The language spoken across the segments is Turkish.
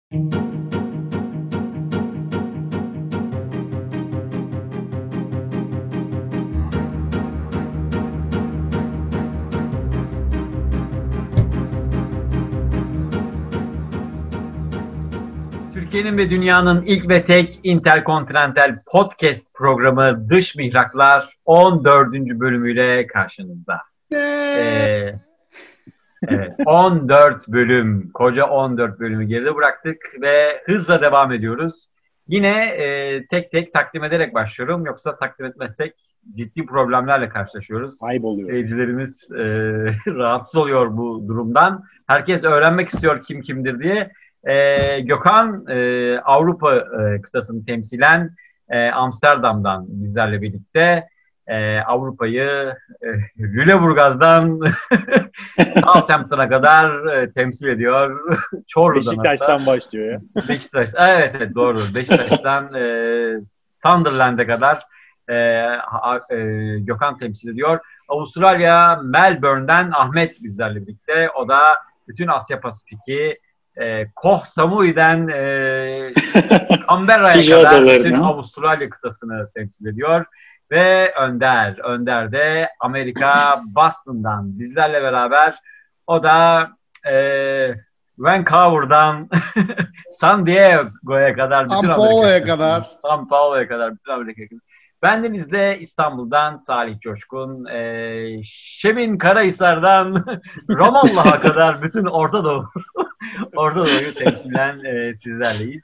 Türkiye'nin ve dünyanın ilk ve tek interkontinental podcast programı Dış Mihraklar 14. bölümüyle karşınızda. Evet, 14 bölüm, koca 14 bölümü geride bıraktık ve hızla devam ediyoruz. Yine tek tek takdim ederek başlıyorum. Yoksa takdim etmezsek ciddi problemlerle karşılaşıyoruz. Kayboluyor. Seyircilerimiz rahatsız oluyor bu durumdan. Herkes öğrenmek istiyor kim kimdir diye. Gökhan Avrupa kıtasını temsilen Amsterdam'dan bizlerle birlikte Avrupa'yı Lüleburgaz'dan Southampton'a kadar temsil ediyor. Çorlu'dan Beşiktaş'tan başlıyor ya. Beşiktaş, evet doğru. Beşiktaş'tan Sunderland'e kadar Gökhan temsil ediyor. Avustralya Melbourne'den Ahmet bizlerle birlikte. O da bütün Asya Pasifik'i Koh Samui'den Canberra'ya kadar bütün Avustralya kıtasını temsil ediyor. Ve Önder de Amerika Boston'dan bizlerle beraber. O da Vancouver'dan San Diego'ya kadar bütün San Paulo'ya kadar bütün Amerika'ya kadar. Bendeniz de İstanbul'dan Salih Coşkun, Şebin Karahisar'dan Ramallah'a kadar bütün Orta Doğu'yu temsilen sizlerleyiz.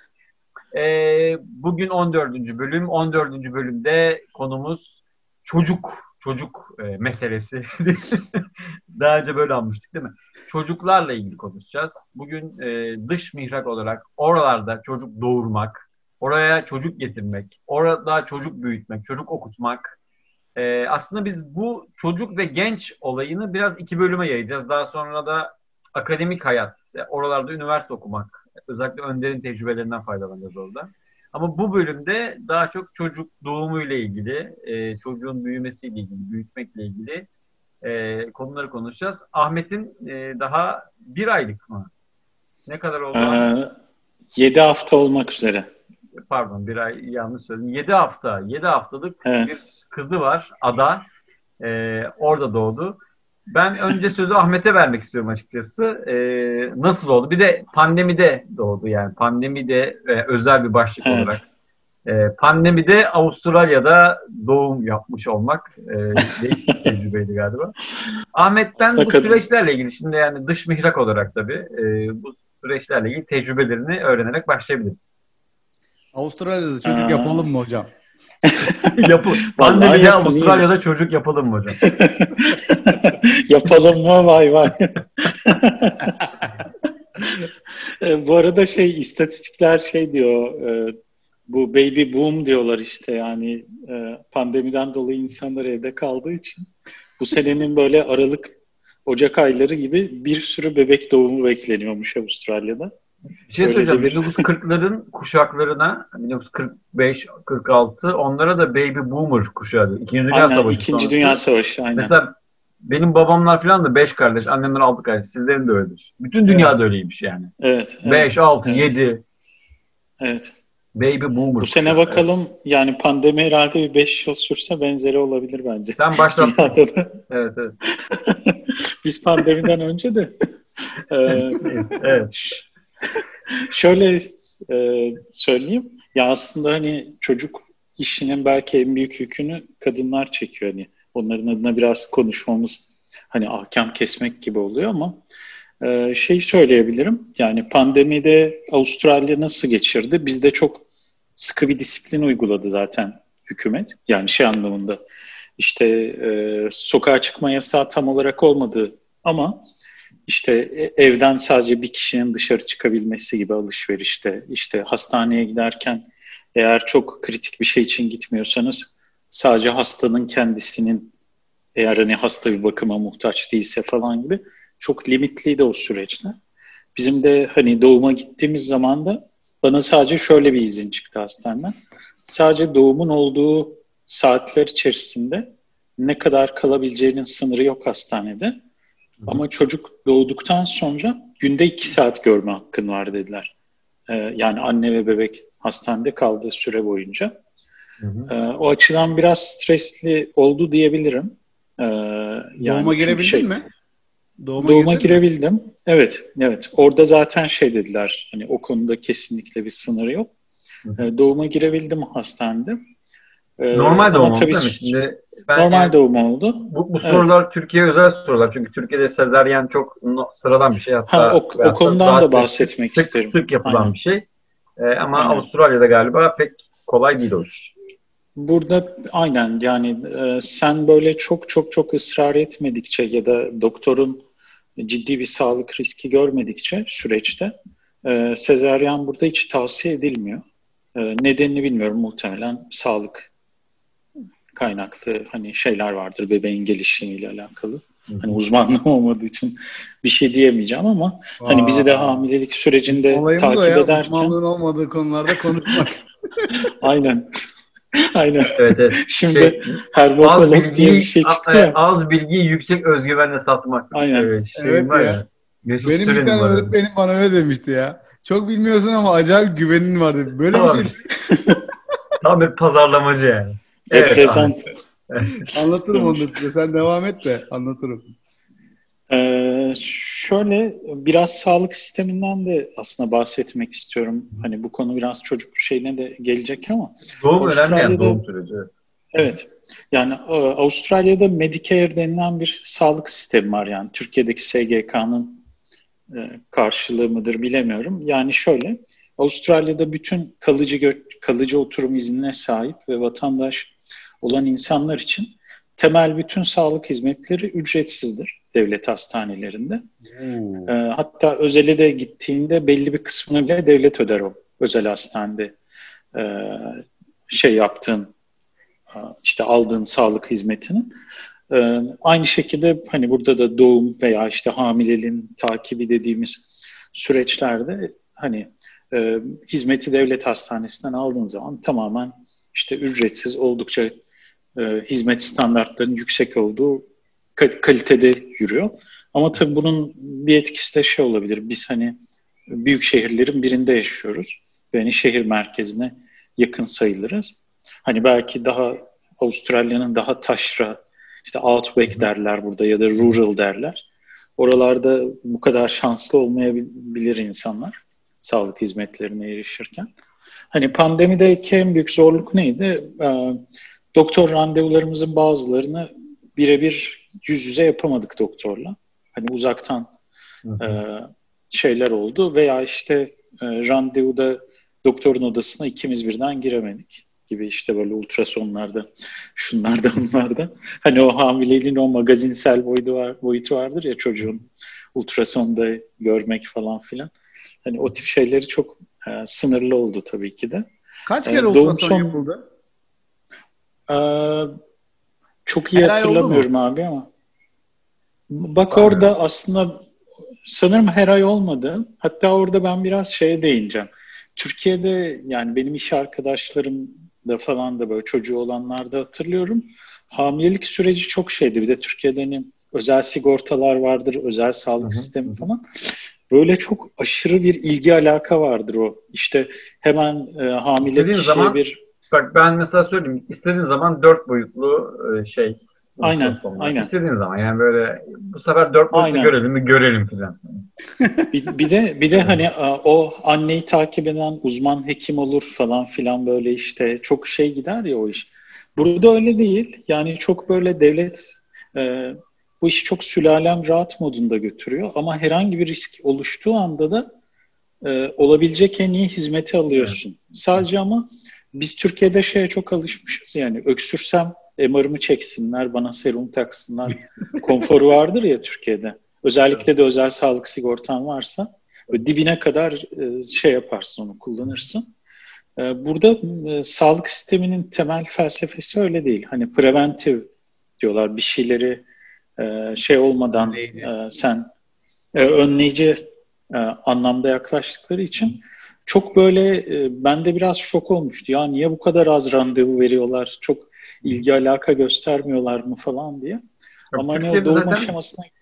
Bugün 14. bölüm. 14. bölümde konumuz çocuk meselesi. Daha önce böyle almıştık değil mi? Çocuklarla ilgili konuşacağız. Bugün dış mihrak olarak oralarda çocuk doğurmak, oraya çocuk getirmek, orada çocuk büyütmek, çocuk okutmak. Aslında biz bu çocuk ve genç olayını biraz iki bölüme yayacağız. Daha sonra da akademik hayat, oralarda üniversite okumak, özellikle Önder'in tecrübelerinden faydalanacağız orada. Ama bu bölümde daha çok çocuk doğumuyla ilgili, çocuğun büyümesiyle ilgili, büyütmekle ilgili konuları konuşacağız. Ahmet'in daha 1 aylık mı? Ne kadar oldu? 7 hafta olmak üzere. Pardon, 1 ay yanlış söyledim. 7 haftalık evet. Bir kızı var, Ada. Orada doğdu. Ben önce sözü Ahmet'e vermek istiyorum açıkçası. Nasıl oldu? Bir de pandemide doğdu yani. Pandemide özel bir başlık olarak. Pandemide Avustralya'da doğum yapmış olmak değişik bir tecrübeydi galiba. Ahmet, ben bu süreçlerle ilgili şimdi yani dış mihrak olarak tabii bu süreçlerle ilgili tecrübelerini öğrenerek başlayabiliriz. Avustralya'da çocuk yapalım mı hocam? Pandemide Avustralya'da çocuk yapalım mı hocam? Yapalım mı? Vay. Bu arada istatistikler diyor, bu baby boom diyorlar işte, yani pandemiden dolayı insanlar evde kaldığı için bu senenin böyle Aralık, Ocak ayları gibi bir sürü bebek doğumu bekleniyormuş Avustralya'da. Bir şey söyleyeceğim. 1940'ların kuşaklarına, 1945, 46, onlara da baby boomer kuşağı diyor. İkinci Dünya Savaşı. İkinci Dünya Savaşı, aynen. Mesela benim babamlar falan da 5 kardeş, annemler 6 kardeş. Sizlerin de öyledir. Bütün dünyada öyleymiş yani. Evet. 5, 6, 7. Evet. Baby boomer. Bu sene bakalım, yani pandemi herhalde bir 5 yıl sürse benzeri olabilir bence. Sen başlattın. Evet. Biz pandemiden önce de. Evet. Şöyle söyleyeyim. Ya aslında hani çocuk işinin belki en büyük yükünü kadınlar çekiyor. Hani onların adına biraz konuşmamız hani ahkam kesmek gibi oluyor ama söyleyebilirim. Yani pandemide Avustralya nasıl geçirdi? Bizde çok sıkı bir disiplin uyguladı zaten hükümet. Yani anlamında işte sokağa çıkma yasağı tam olarak olmadı ama İşte evden sadece bir kişinin dışarı çıkabilmesi gibi alışverişte, işte hastaneye giderken eğer çok kritik bir şey için gitmiyorsanız sadece hastanın kendisinin, eğer hani hasta bir bakıma muhtaç değilse falan gibi çok limitliydi o süreçler. Bizim de hani doğuma gittiğimiz zaman da bana sadece şöyle bir izin çıktı hastaneden. Sadece doğumun olduğu saatler içerisinde ne kadar kalabileceğinin sınırı yok hastanede. Ama çocuk doğduktan sonra günde 2 saat görme hakkın var dediler. Yani anne ve bebek hastanede kaldığı süre boyunca. O açıdan biraz stresli oldu diyebilirim. Yani doğuma girebildin mi? Doğuma girebildim. Evet. Orada zaten şey dediler. Hani o konuda kesinlikle bir sınırı yok. Doğuma girebildim hastanede. Normal doğum oldu değil mi? Şimdi normal doğum oldu. Bu sorular Türkiye özel sorular. Çünkü Türkiye'de sezaryen çok sıradan bir şey. Hatta o konudan da bahsetmek isterim. Sık yapılan Aynen. bir şey. Ama Avustralya'da galiba pek kolay değil o iş. Burada aynen yani sen böyle çok ısrar etmedikçe ya da doktorun ciddi bir sağlık riski görmedikçe süreçte sezaryen burada hiç tavsiye edilmiyor. Nedenini bilmiyorum, muhtemelen sağlık kaynaklı hani şeyler vardır bebeğin gelişimiyle alakalı. Hani uzmanlığım olmadığı için bir şey diyemeyeceğim ama hani bizi de hamilelik sürecinde olayımız takip ederken uzmanlığın olmadığı konularda konuşmak. Aynen. Evet. Şimdi herbokolog diye bir şey çıktı ya. Az bilgiyi yüksek özgüvenle satmak. Aynen. Evet ya. Benim bir tane öğretmenim bana öyle demişti ya. Çok bilmiyorsun ama acayip güvenin var dedi. Böyle bir şey. Tam bir pazarlamacı yani. Depresant. Anlatırım onu size. Sen devam et de anlatırım. Şöyle biraz sağlık sisteminden de aslında bahsetmek istiyorum. Hani bu konu biraz çocuk şeyine de gelecek ama. Doğum önemli yani, doğum süreci. Evet. Yani Avustralya'da Medicare denilen bir sağlık sistemi var. Yani Türkiye'deki SGK'nın karşılığı mıdır bilemiyorum. Yani şöyle, Avustralya'da bütün kalıcı oturum iznine sahip ve vatandaş olan insanlar için temel bütün sağlık hizmetleri ücretsizdir devlet hastanelerinde. Hatta özele de gittiğinde belli bir kısmını bile devlet öder o özel hastanede yaptığın, işte aldığın sağlık hizmetinin. Aynı şekilde hani burada da doğum veya işte hamileliğin takibi dediğimiz süreçlerde hani hizmeti devlet hastanesinden aldığın zaman tamamen işte ücretsiz, oldukça hizmet standartlarının yüksek olduğu kalitede yürüyor. Ama tabii bunun bir etkisi de şey olabilir. Biz hani büyük şehirlerin birinde yaşıyoruz ve hani şehir merkezine yakın sayılırız. Hani belki daha Avustralya'nın daha taşra, işte outback derler burada ya da rural derler. Oralarda bu kadar şanslı olmayabilir insanlar sağlık hizmetlerine erişirken. Hani pandemideki en büyük zorluk neydi? Doktor randevularımızın bazılarını birebir yüz yüze yapamadık doktorla. Hani uzaktan şeyler oldu veya işte randevuda doktorun odasına ikimiz birden giremedik gibi, işte böyle ultrasonlarda, şunlarda bunlarda. Hani o hamileliğin o magazinsel boyutu vardır ya, çocuğun ultrasonda görmek falan filan. Hani o tip şeyleri çok sınırlı oldu tabii ki de. Kaç kere ultrason yapıldı? Çok iyi hatırlamıyorum abi ama. Bak orada aslında sanırım her ay olmadı. Hatta orada ben biraz şeye değineceğim. Türkiye'de yani benim iş arkadaşlarım da falan da böyle çocuğu olanlar da hatırlıyorum. Hamilelik süreci çok şeydi. Bir de Türkiye'de hani özel sigortalar vardır, özel sağlık sistemi falan. Böyle çok aşırı bir ilgi alaka vardır o. İşte hemen hamile kişiye Bak ben mesela söyleyeyim. İstediğin zaman 4 boyutlu Aynen. İstediğin zaman yani böyle bu sefer 4 boyutlu görelim filan. Bir de hani o anneyi takip eden uzman hekim olur falan filan, böyle işte çok şey gider ya o iş. Burada öyle değil. Yani çok böyle devlet bu işi çok sülalem rahat modunda götürüyor ama herhangi bir risk oluştuğu anda da olabilecek en iyi hizmeti alıyorsun. Evet. Sadece ama biz Türkiye'de şeye çok alışmışız, yani öksürsem MR'ımı çeksinler, bana serum taksınlar. Konforu vardır ya Türkiye'de. Özellikle de özel sağlık sigortan varsa dibine kadar şey yaparsın, onu kullanırsın. Burada sağlık sisteminin temel felsefesi öyle değil. Hani preventive diyorlar, bir şeyleri şey olmadan sen önleyici anlamda yaklaştıkları için çok böyle bende biraz şok olmuştu. Ya niye bu kadar az randevu veriyorlar? Çok ilgi alaka göstermiyorlar mı falan diye. Ama hani o doğum aşamasına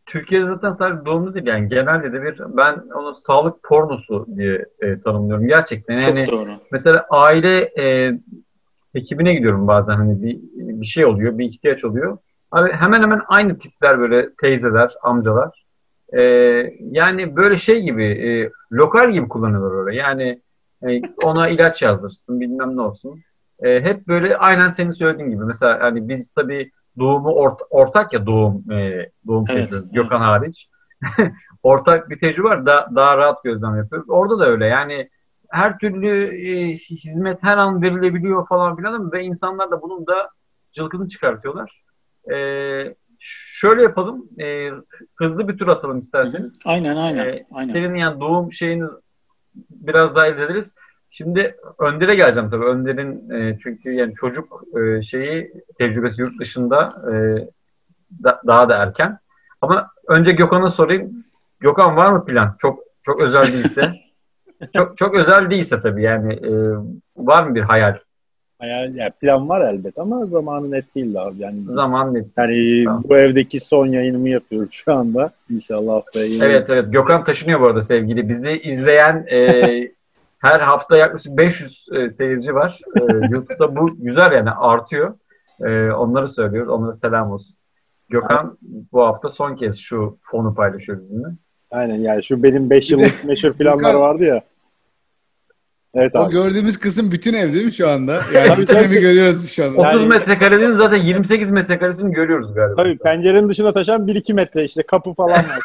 Türkiye'de zaten sadece doğumlu değil yani genelde de ben onu sağlık pornosu diye tanımlıyorum gerçekten. Yani Çok doğru. mesela aile hekimine gidiyorum bazen hani bir şey oluyor, bir ihtiyaç oluyor. Abi hemen hemen aynı tipler böyle teyzeler, amcalar. E, Yani böyle şey gibi lokal gibi kullanıyorlar orayı. Yani ona ilaç yazdırsın bilmem ne olsun. Hep böyle aynen senin söylediğin gibi. Mesela hani biz tabii doğumu ortak ya doğum Evet, tecrübesi Gökhan evet. hariç. Ortak bir tecrübe var. Daha rahat gözlem yapıyoruz. Orada da öyle. Yani her türlü hizmet her an verilebiliyor falan filan ve insanlar da bunun da cılkını çıkartıyorlar. Şöyle yapalım. Hızlı bir tur atalım Hı hı. isterseniz. Aynen, aynen. Aynen. Senin yani doğum şeyini biraz daha izlediniz. Şimdi Önder'e geleceğim tabii. Önder'in çünkü yani çocuk şeyi tecrübesi yurt dışında daha da erken. Ama önce Gökhan'a sorayım. Gökhan var mı plan? Çok özel değilse. Çok özel değilse tabii yani var mı bir hayal? Hayal, yani plan var elbet ama zamanı net değil abi. Yani Zaman net. yani Tamam. bu evdeki son yayınımı yapıyorum şu anda. İnşallah haftaya yine. Evet. Gökhan taşınıyor bu arada sevgili. Bizi izleyen her hafta yaklaşık 500 seyirci var. YouTube'da bu güzel yani artıyor. Onları söylüyoruz. Onlara selam olsun. Gökhan bu hafta son kez şu fonu paylaşıyor bizimle. Aynen yani şu benim 5 yıllık meşhur planlar vardı ya. Evet o abi. gördüğümüz kısım bütün ev değil mi şu anda? Yani bütün evi görüyoruz şu anda. 30 metrekarenin zaten 28 metrekaresini görüyoruz galiba. Tabii pencerenin dışına taşan 1-2 metre işte kapı falan var.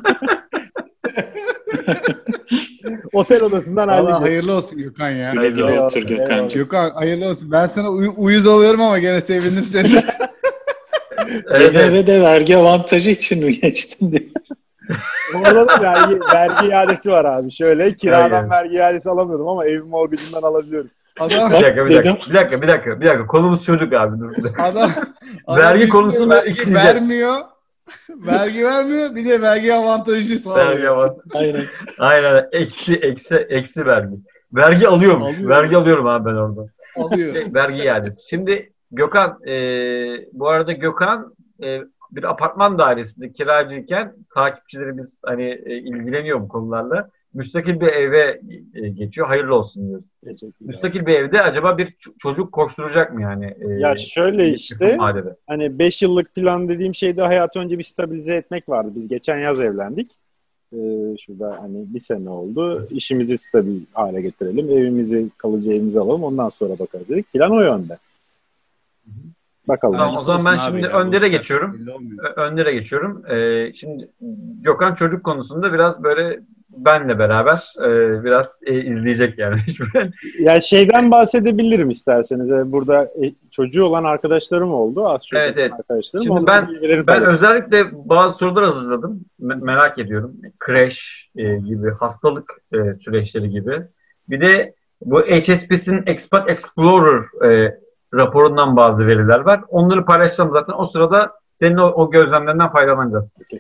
Otel odasından Valla halledeceğiz. hayırlı olsun Gökhan ya. Güle güle Eyvallah, otur Gökhan. eyvallah. Gökhan hayırlı olsun. Ben sana uyuz oluyorum ama gene sevindim seni. Evet. Eve de vergi avantajı için mi geçtin diye. Orada da vergi iadesi var abi. Şöyle kiradan Aynen. vergi iadesi alamıyordum ama evin mortgage'ından alabiliyorum. Adam Bir dakika. Konumuz çocuk abi. Dur. adam Vergi konusunda vergi ikinize. vermiyor. Vergi vermiyor. Bir de vergi avantajı sağlıyor. Vergi avantajı. Aynen. Aynen. Eksi vergi. Vergi alıyormuş. Alıyor. Vergi alıyorum abi ben oradan. Alıyor. Vergi iadesi. Şimdi Gökhan, bu arada Gökhan bir apartman dairesinde kiracıyken takipçilerimiz hani ilgileniyor bu konularla. Müstakil bir eve geçiyor. Hayırlı olsun diyoruz. Teşekkürler. Müstakil bir evde acaba bir çocuk koşturacak mı yani? Ya şöyle işte vadede? hani 5 yıllık plan dediğim şeyde hayatı önce bir stabilize etmek vardı. Biz geçen yaz evlendik. Şurada hani bir sene oldu. İşimizi stabil hale getirelim. Evimizi, kalıcı evimizi alalım. Ondan sonra bakarız dedik. Plan o yönde. Bakalım. Tamam, o zaman ben şimdi Önder'e geçiyorum. Belli olmuyor. Önder'e geçiyorum. Şimdi Gökhan çocuk konusunda biraz böyle benle beraber biraz izleyecek yani. Ya şeyden bahsedebilirim isterseniz. Burada çocuğu olan arkadaşlarım oldu. Az çok Evet. arkadaşlarım. Şimdi ben özellikle bazı sorular hazırladım. Merak ediyorum. Crash gibi, hastalık süreçleri gibi. Bir de bu HSBC'nin Expat Explorer raporundan bazı veriler var. Onları paylaşacağım zaten. O sırada senin o gözlemlerinden faydalanacağız. Okay.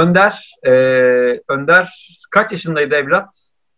Önder kaç yaşındaydı evlat?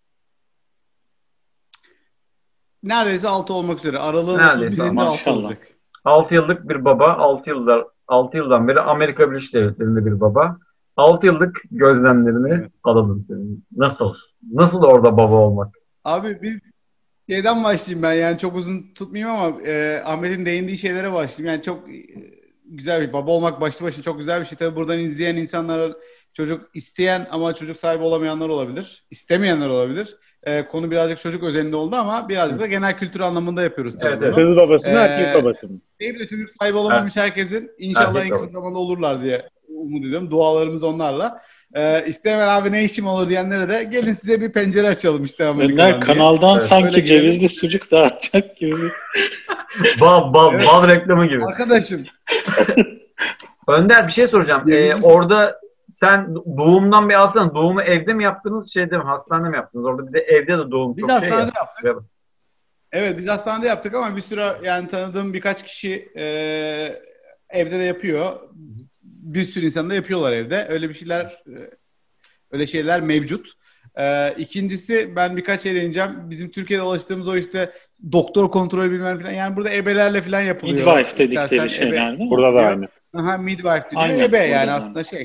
Neredeyse 6 olmak üzere. Aralığın Neredeyse, 31'inde 6 maşallah. olacak. 6 yıllık bir baba. 6 yıldan beri Amerika Birleşik Devletleri'nde bir baba. 6 yıllık gözlemlerini alalım senin. Nasıl orada baba olmak? Abi biz şeyden başlayayım ben yani çok uzun tutmayayım ama Ahmet'in değindiği şeylere başlayayım. Yani çok güzel bir baba olmak başlı başına çok güzel bir şey. Tabii buradan izleyen insanlar çocuk isteyen ama çocuk sahibi olamayanlar olabilir. İstemeyenler olabilir. Konu birazcık çocuk özelinde oldu ama birazcık da genel kültür anlamında yapıyoruz tabii bunu. Kız babası mı erkek babası mı? Değil de çocuk sahibi olamamış herkesin inşallah en kısa zamanda olurlar diye umut ediyorum. Dualarımız onlarla. İstemeyen abi ne işim olur diyenlere de gelin size bir pencere açalım işte Önder kanaldan sanki öyle cevizli sucuk dağıtacak gibi. Bal reklamı gibi. Arkadaşım. Önder bir şey soracağım. Orada sen doğumdan bir alsana. Doğumu evde mi yaptınız, şeyde mi, hastanede mi yaptınız? Orada bir de evde de doğum Biz çok hastanede şey yaptık. Evet biz hastanede yaptık ama bir süre yani tanıdığım birkaç kişi evde de yapıyor. Bir sürü insan da yapıyorlar evde. Öyle şeyler mevcut. İkincisi ben birkaç şey deneyeceğim. Bizim Türkiye'de alıştığımız o işte doktor kontrolü bilmem falan. Yani burada ebelerle falan yapılıyor. Midwife dedikleri şeyler değil mi? Burada da aynı. Aha, midwife diyor. Aynen, Ebe yani burada aslında şey.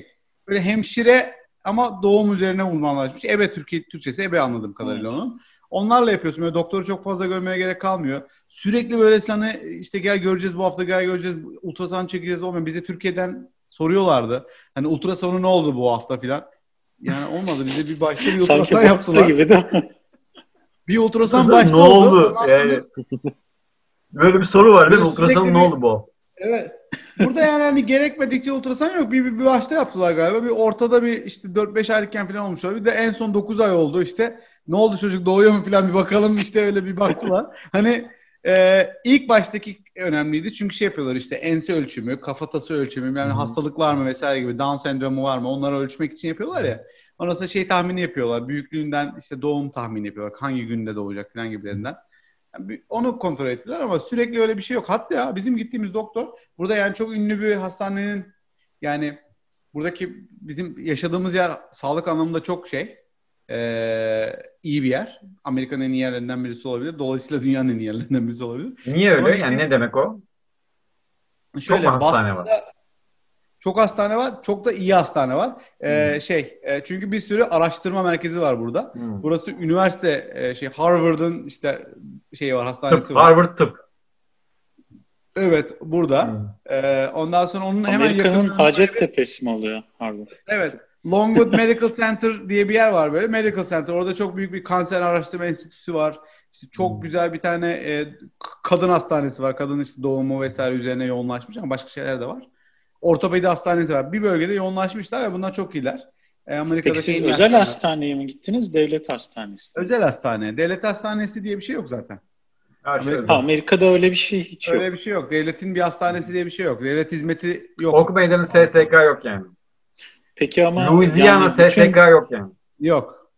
böyle hemşire ama doğum üzerine uzmanlaşmış. Ebe Türkçesi ebe anladığım kadarıyla onun. Onlarla yapıyorsun. Böyle doktoru çok fazla görmeye gerek kalmıyor. Sürekli böyle sana işte gel göreceğiz bu hafta, gel göreceğiz, ultrason çekeceğiz olmuyor. Bize Türkiye'den soruyorlardı. Hani ultrasonu ne oldu bu hafta filan. Yani olmadı. Bize bir başta bir ultrason yaptılar. Gibi de. Bir ultrason başta ne oldu? Sonra... Böyle bir soru var değil mi? Ultrason ne oldu bu? Evet. Burada yani hani gerekmedikçe ultrason yok. Bir başta yaptılar galiba. Bir ortada bir işte 4-5 aylıkken falan olmuş. Bir de en son 9 ay oldu işte. Ne oldu çocuk doğuyor mu falan bir bakalım işte öyle bir baktılar. Hani ilk baştaki önemliydi. Çünkü şey yapıyorlar işte ense ölçümü, kafatası ölçümü yani hastalık var mı vesaire gibi Down sendromu var mı onları ölçmek için yapıyorlar ya. Ondan sonra şey tahmini yapıyorlar. Büyüklüğünden işte doğum tahmini yapıyorlar. Hangi günde doğacak falan gibilerinden. Yani onu kontrol ettiler ama sürekli öyle bir şey yok. Hatta bizim gittiğimiz doktor burada yani çok ünlü bir hastanenin yani buradaki bizim yaşadığımız yer sağlık anlamında çok iyi bir yer. Amerika'nın en iyi yerlerinden birisi olabilir. Dolayısıyla dünyanın en iyi yerlerinden birisi olabilir. Niye öyle? Yani ne demek o? Şöyle, çok hastane var. Çok hastane var. Çok da iyi hastane var. Çünkü bir sürü araştırma merkezi var burada. Burası üniversite Harvard'ın işte şeyi var, hastanesi var. Harvard tıp. Evet, burada. Ondan sonra onun hemen Amerika'nın Hacettepe'si mi oluyor Harvard? Evet. Longwood Medical Center diye bir yer var böyle. Medical Center. Orada çok büyük bir kanser araştırma enstitüsü var. İşte çok güzel bir tane kadın hastanesi var. Kadın işte doğumu vesaire üzerine yoğunlaşmış ama başka şeyler de var. Ortopedi hastanesi var. Bir bölgede yoğunlaşmışlar ve bunlar çok iyiler. Peki siz özel hastaneye mi gittiniz, devlet hastanesi? Özel hastane. Devlet hastanesi diye bir şey yok zaten. Amerika'da öyle bir şey hiç yok. Öyle bir şey yok. Devletin bir hastanesi diye bir şey yok. Devlet hizmeti yok. Ok Meydanı SSK yok yani. Peki ama Louisiana SSK yok yani. Yok.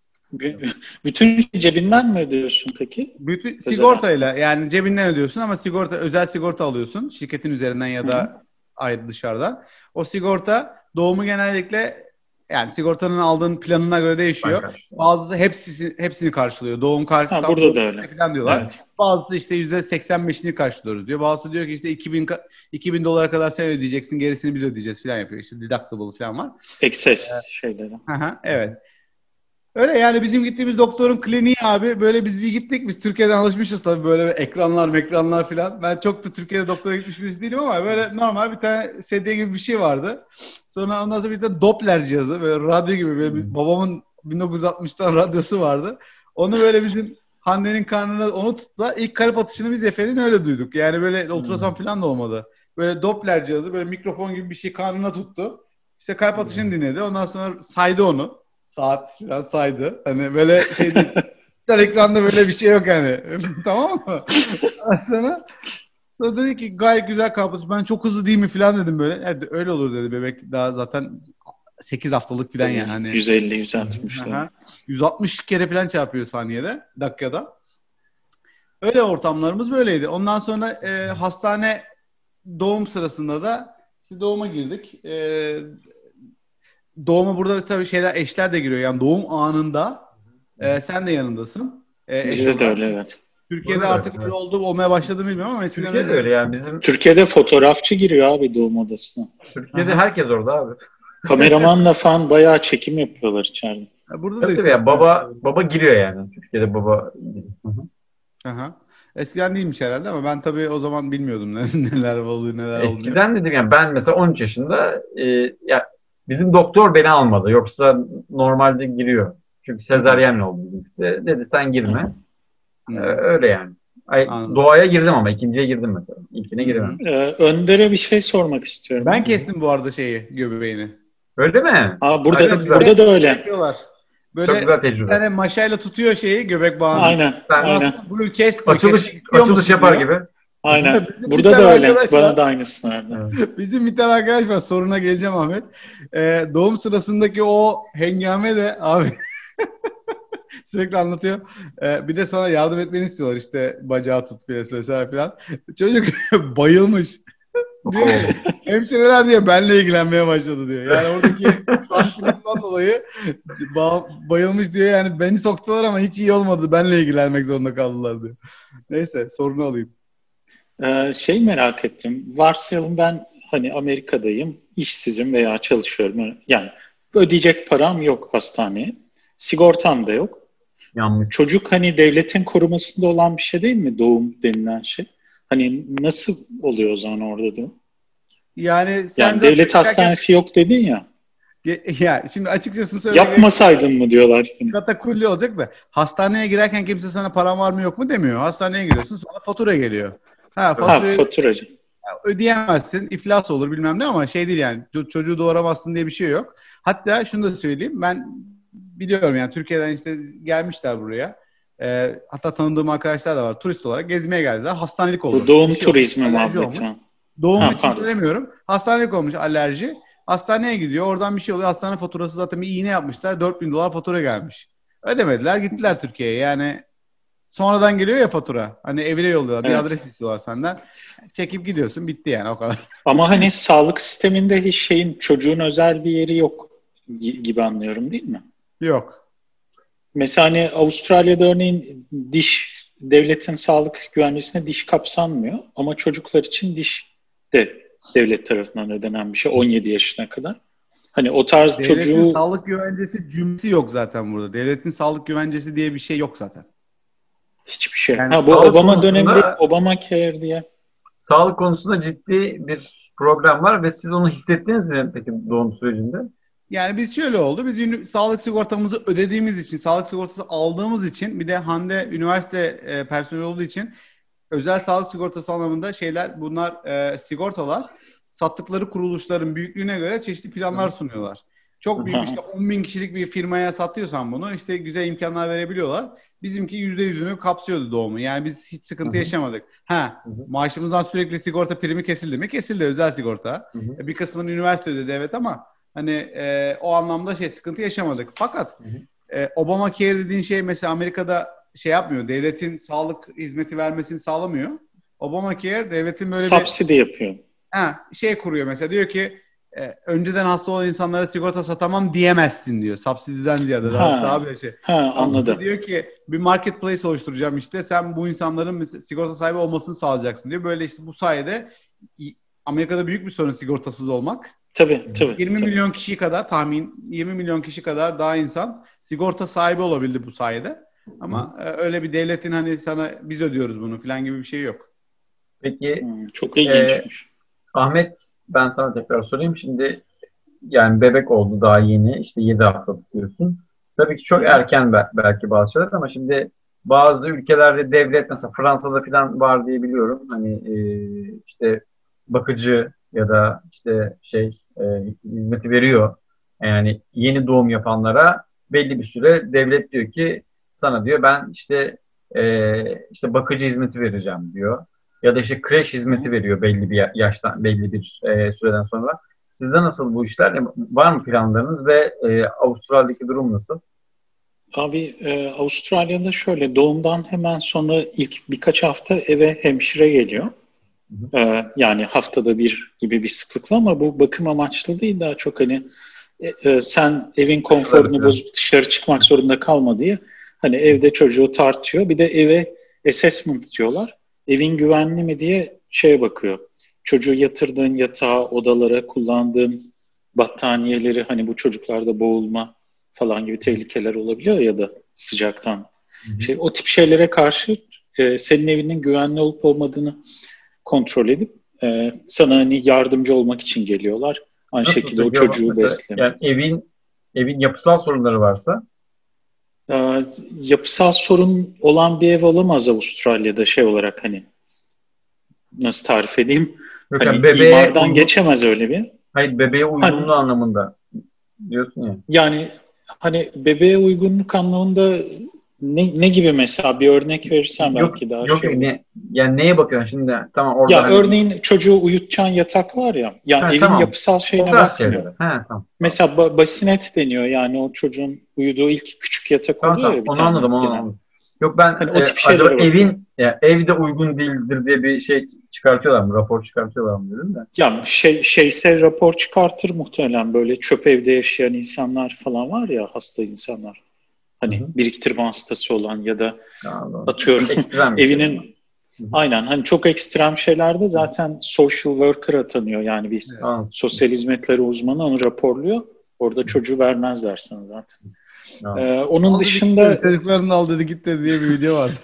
Bütün cebinden mi ödüyorsun peki? Bütün sigortayla yani cebinden ödüyorsun ama özel sigorta alıyorsun şirketin üzerinden ya da ayrı dışarıdan. O sigorta doğumu genellikle yani sigortanın aldığın planına göre değişiyor. Bazısı hepsini karşılıyor. Doğum karşılıyor. Burada da öyle. Falan diyorlar. Evet. Bazısı işte %85'ini karşılıyoruz diyor. Bazısı diyor ki işte $2,000 kadar sen ödeyeceksin, gerisini biz ödeyeceğiz falan yapıyor. İşte deductible falan var. Excess şeyleri. Evet. Öyle yani bizim gittiğimiz doktorun kliniği abi böyle biz bir gittik. Biz Türkiye'den alışmışız tabii böyle ekranlar falan. Ben çok da Türkiye'de doktora gitmiş birisi değilim ama böyle normal bir tane sedye gibi bir şey vardı. Sonra ondan sonra bir de Doppler cihazı böyle radyo gibi böyle babamın 1960'tan radyosu vardı. Onu böyle bizim Hande'nin karnına onu tuttular. İlk kalp atışını biz Efe'nin öyle duyduk. Yani böyle ultrason falan da olmadı. Böyle Doppler cihazı böyle mikrofon gibi bir şey karnına tuttu. İşte kalp atışını dinledi. Ondan sonra saydı onu. Saat falan saydı. Hani böyle şey değil. Ekranda böyle bir şey yok yani. Tamam mı? Sonra dedi ki gayet güzel kalp atışı. Ben çok hızlı değil mi falan dedim böyle. Evet, öyle olur dedi bebek. Daha zaten 8 haftalık falan yani. Hani 150-160. 160 kere falan çarpıyor saniyede, dakikada. Öyle ortamlarımız böyleydi. Ondan sonra hastane doğum sırasında da işte doğuma girdik. Doğuma burada tabii eşler de giriyor. Yani doğum anında sen de yanındasın. Bizde de öyle evet. Türkiye'de artık öyle olmaya başladı bilmiyorum ama eskiden Türkiye'de öyle yani bizim. Türkiye'de fotoğrafçı giriyor abi doğum odasına. Türkiye'de herkes orada abi. Kameramanla falan bayağı çekim yapıyorlar içeride. Burada da tabii ya baba giriyor yani. Türkiye'de baba. Aha. Eskiden değilmiş herhalde ama ben tabii o zaman bilmiyordum neler oluyor neler oluyor. Eskiden dedim yani ben mesela 13 yaşında ya bizim doktor beni almadı. Yoksa normalde giriyor. Çünkü sezaryenle oldu bizimkisi. Dedi sen girme. Öyle yani. Doğaya girdim ama ikinciye girdim mesela. İlkine giremem. Önder'e bir şey sormak istiyorum. Ben kestim bu arada göbeğini. Öyle mi? Burada da öyle. Yapıyorlar. Böyle çok güzel tecrübe. Bir tane maşayla tutuyor göbek bağını. Aynen. Bunu kes. Açılış yapar gibi. Aynen. Burada da öyle. Bana da aynısını verdi. Bizim bir tane arkadaş var. Soruna geleceğim Ahmet. Doğum sırasındaki o hengame de abi sürekli anlatıyor. Bir de sana yardım etmeni istiyorlar işte bacağı tut vesaire falan. Çocuk bayılmış. Diyor hemşireler diyor benle ilgilenmeye başladı diyor. Yani oradaki filmden dolayı bayılmış diyor. Yani beni soktular ama hiç iyi olmadı. Benle ilgilenmek zorunda kaldılar diyor. Neyse sorunu alayım. Merak ettim. Varsayalım ben hani Amerika'dayım, işsizim veya çalışıyorum. Yani ödeyecek param yok hastaneye. Sigortam da yok. Yanlış. Çocuk hani devletin korumasında olan bir şey değil mi? Doğum denilen şey. Hani nasıl oluyor o zaman orada da? Yani sen devlet hastanesi yok dedin ya. Ya şimdi açıkçası söyleyeyim. Yapmasaydın mı diyorlar. Katakulli olacak da hastaneye girerken kimse sana param var mı yok mu demiyor. Hastaneye giriyorsun, sonra fatura geliyor. Faturacı. Ödeyemezsin, iflas olur bilmem ne, ama şey değil yani, çocuğu doğuramazsın diye bir şey yok. Hatta şunu da söyleyeyim, ben biliyorum yani Türkiye'den işte gelmişler buraya. Hatta tanıdığım arkadaşlar da var, turist olarak gezmeye geldiler, hastanelik oldu. Bu doğum turizmi muhabbeti. Doğum için söylemiyorum, hastanelik olmuş, alerji. Hastaneye gidiyor, oradan bir şey oluyor, hastane faturası zaten bir iğne yapmışlar, $4.000 fatura gelmiş. Ödemediler, gittiler Türkiye'ye. Yani sonradan geliyor ya fatura. Hani evine yolluyorlar. Evet. Bir adres istiyorlar senden. Çekip gidiyorsun. Bitti yani, o kadar. Ama hani sağlık sisteminde hiç çocuğun özel bir yeri yok gibi anlıyorum, değil mi? Yok. Mesela hani Avustralya'da örneğin devletin sağlık güvencesine diş kapsanmıyor. Ama çocuklar için diş de devlet tarafından ödenen bir şey 17 yaşına kadar. Hani o tarz devletin sağlık güvencesi cümlesi yok zaten burada. Devletin sağlık güvencesi diye bir şey yok zaten. Hiçbir şey. Yani bu Obama döneminde Obamacare diye. Sağlık konusunda ciddi bir program var ve siz onu hissettiniz mi peki doğum sürecinde? Yani biz şöyle oldu. Biz sağlık sigortamızı ödediğimiz için, sağlık sigortası aldığımız için, bir de Hande üniversite personeli olduğu için özel sağlık sigortası anlamında bunlar sigortalar sattıkları kuruluşların büyüklüğüne göre çeşitli planlar sunuyorlar. Çok büyük, işte 10.000 kişilik bir firmaya satıyorsan bunu, işte güzel imkanlar verebiliyorlar. Bizimki %100'ünü kapsıyordu doğumu. Yani biz hiç sıkıntı yaşamadık. Maaşımızdan sürekli sigorta primi kesildi mi? Kesildi, özel sigorta. Bir kısmını üniversite ödedi, evet, ama hani o anlamda sıkıntı yaşamadık. Fakat Obamacare dediğin şey mesela Amerika'da yapmıyor. Devletin sağlık hizmeti vermesini sağlamıyor. Obamacare devletin böyle subsidi yapıyor. Kuruyor mesela, diyor ki önceden hasta olan insanlara sigorta satamam diyemezsin diyor. Subsididen ziyade daha bir şey. Anladım. Diyor ki bir marketplace oluşturacağım, işte sen bu insanların sigorta sahibi olmasını sağlayacaksın diyor. Böyle işte bu sayede Amerika'da büyük bir sorun sigortasız olmak. Tabii. 20 milyon kişi kadar, tahmin 20 milyon kişi kadar daha insan sigorta sahibi olabildi bu sayede. Ama öyle bir devletin hani sana biz ödüyoruz bunu falan gibi bir şey yok. Peki çok ilginçmiş. Ahmet, ben sana tekrar sorayım. Şimdi yani bebek oldu daha yeni, işte 7 haftalık diyorsun. Tabii ki çok erken belki bazı şeyler, ama şimdi bazı ülkelerde devlet, mesela Fransa'da falan var diye biliyorum. Hani işte bakıcı ya da işte hizmeti veriyor. Yani yeni doğum yapanlara belli bir süre devlet diyor ki sana, diyor, ben işte bakıcı hizmeti vereceğim diyor. Ya da işte kreş hizmeti veriyor belli bir yaştan, belli bir süreden sonra. Sizde nasıl bu işler? Var mı planlarınız ve Avustralya'daki durum nasıl? Abi Avustralya'da şöyle, doğumdan hemen sonra ilk birkaç hafta eve hemşire geliyor. Yani haftada bir gibi bir sıklıkla, ama bu bakım amaçlı değil, daha çok hani sen evin konforunu bozup dışarı çıkmak zorunda kalma diye hani evde çocuğu tartıyor. Bir de eve assessment diyorlar. Evin güvenli mi diye bakıyor. Çocuğu yatırdığın yatağa, odalara, kullandığın battaniyeleri, hani bu çocuklarda boğulma falan gibi tehlikeler olabiliyor ya da sıcaktan. O tip şeylere karşı senin evinin güvenli olup olmadığını kontrol edip sana hani yardımcı olmak için geliyorlar. Aynı nasıl şekilde o çocuğu besleme. Yani evin yapısal sorunları varsa? Yapısal sorun olan bir ev olamaz Avustralya'da olarak, hani nasıl tarif edeyim? Yok, hani imardan geçemez öyle bir. Hayır, bebeğe uygunluğu anlamında diyorsun ya. Yani hani bebeğe uygunluk anlamında ne gibi, mesela bir örnek verirsen belki daha yani neye bakıyorsun şimdi? Tamam, orada ya örneğin çocuğu uyutacağın yatak var ya. Yani evin yapısal şeyine bakmıyor. Tamam. Mesela basinet deniyor, yani o çocuğun uyuduğu ilk küçük yatak oluyor ya bir tane. Onu anladım. Yok, ben hani o tip acaba evde uygun değildir diye bir şey çıkartıyorlar mı? Rapor çıkartıyorlar mı dedim de. Ya rapor çıkartır muhtemelen, böyle çöp evde yaşayan insanlar falan var ya, hasta insanlar. Hani biriktirme hastası olan ya da atıyorum evinin aynen hani çok ekstrem şeylerde zaten social worker atanıyor, yani bir sosyal hizmetleri uzmanı onu raporluyor. Orada çocuğu vermezler sana zaten. Onun aldı dışında... Çocuklarını al dedi gitti diye bir video vardı.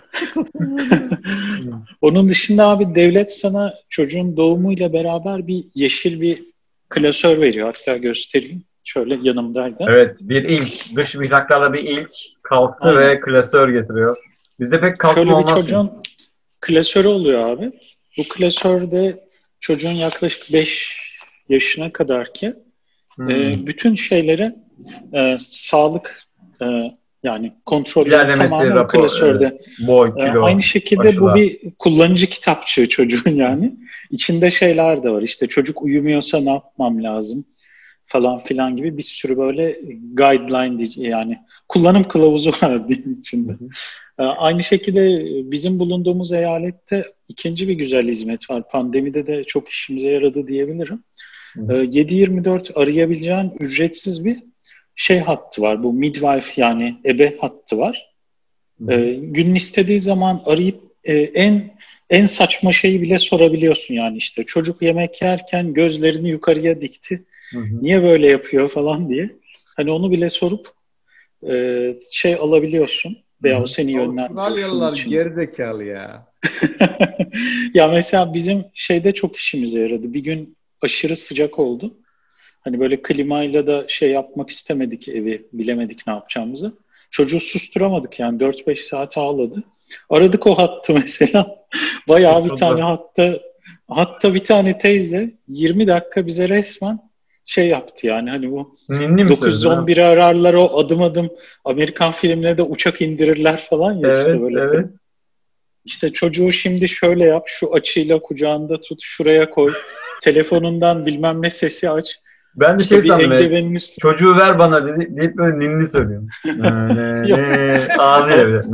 Onun dışında abi devlet sana çocuğun doğumuyla beraber bir yeşil bir klasör veriyor. Hatta göstereyim. Şöyle yanımdaydı. Evet, bir ilk. Dış mihraklarla bir ilk kalktı. Aynen. Ve klasör getiriyor. Bizde pek kalkma olmaz. Şöyle bir çocuğun klasörü oluyor abi. Bu klasörde çocuğun yaklaşık 5 yaşına kadar ki bütün şeyleri sağlık yani kontrolü tamamen rapor, klasörde. Boy, kilo, aynı şekilde aşılar. Bu bir kullanıcı kitapçığı çocuğun yani. İçinde şeyler de var. İşte çocuk uyumuyorsa ne yapmam lazım falan filan gibi bir sürü böyle guideline yani kullanım kılavuzu var diyeyim içinde. Aynı şekilde bizim bulunduğumuz eyalette ikinci bir güzel hizmet var. Pandemide de çok işimize yaradı diyebilirim. 7/24 arayabileceğin ücretsiz bir hattı var. Bu midwife yani ebe hattı var. Günün istediği zaman arayıp en saçma şeyi bile sorabiliyorsun yani işte çocuk yemek yerken gözlerini yukarıya dikti. Niye böyle yapıyor falan diye. Hani onu bile sorup alabiliyorsun veya o seni yönlendiriyor. Avustralyalılar gerizekalı ya. Ya mesela bizim çok işimize yaradı. Bir gün aşırı sıcak oldu. Hani böyle klimayla da yapmak istemedik evi, bilemedik ne yapacağımızı. Çocuğu susturamadık yani 4-5 saat ağladı. Aradık o hattı mesela. Bayağı bir tane hatta bir tane teyze 20 dakika bize resmen yaptı yani hani bu 911'i ararlar o adım adım Amerikan filmlerinde uçak indirirler falan ya evet, işte böyle. Evet. İşte çocuğu şimdi şöyle yap, şu açıyla kucağında tut, şuraya koy, telefonundan bilmem ne sesi aç. Ben de işte sandım. Çocuğu ver bana deyip böyle ninni söylüyorum. Ağzıyla bile.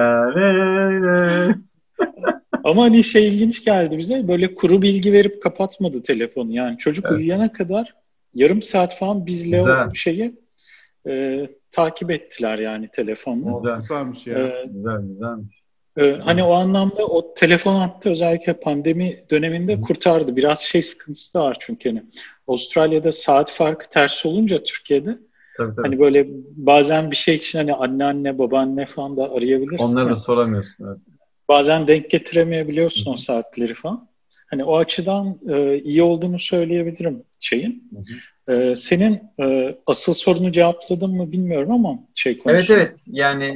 Ama hani ilginç geldi bize. Böyle kuru bilgi verip kapatmadı telefonu. Yani çocuk uyuyana kadar yarım saat falan bizle güzel. O şeyi takip ettiler yani telefonla. Güzelmiş ya. Güzelmiş. Hani o anlamda o telefon hattı özellikle pandemi döneminde kurtardı. Biraz sıkıntısı da var çünkü hani Avustralya'da saat farkı ters olunca Türkiye'de tabii. Hani böyle bazen bir şey için hani anneanne, babaanne falan da arayabilirsin. Onları da soramıyorsun. Evet. Bazen denk getiremeyebiliyorsun o saatleri falan. Hani o açıdan iyi olduğunu söyleyebilirim şeyin. Senin asıl sorunu cevapladım mı bilmiyorum ama konusunda. Evet. Yani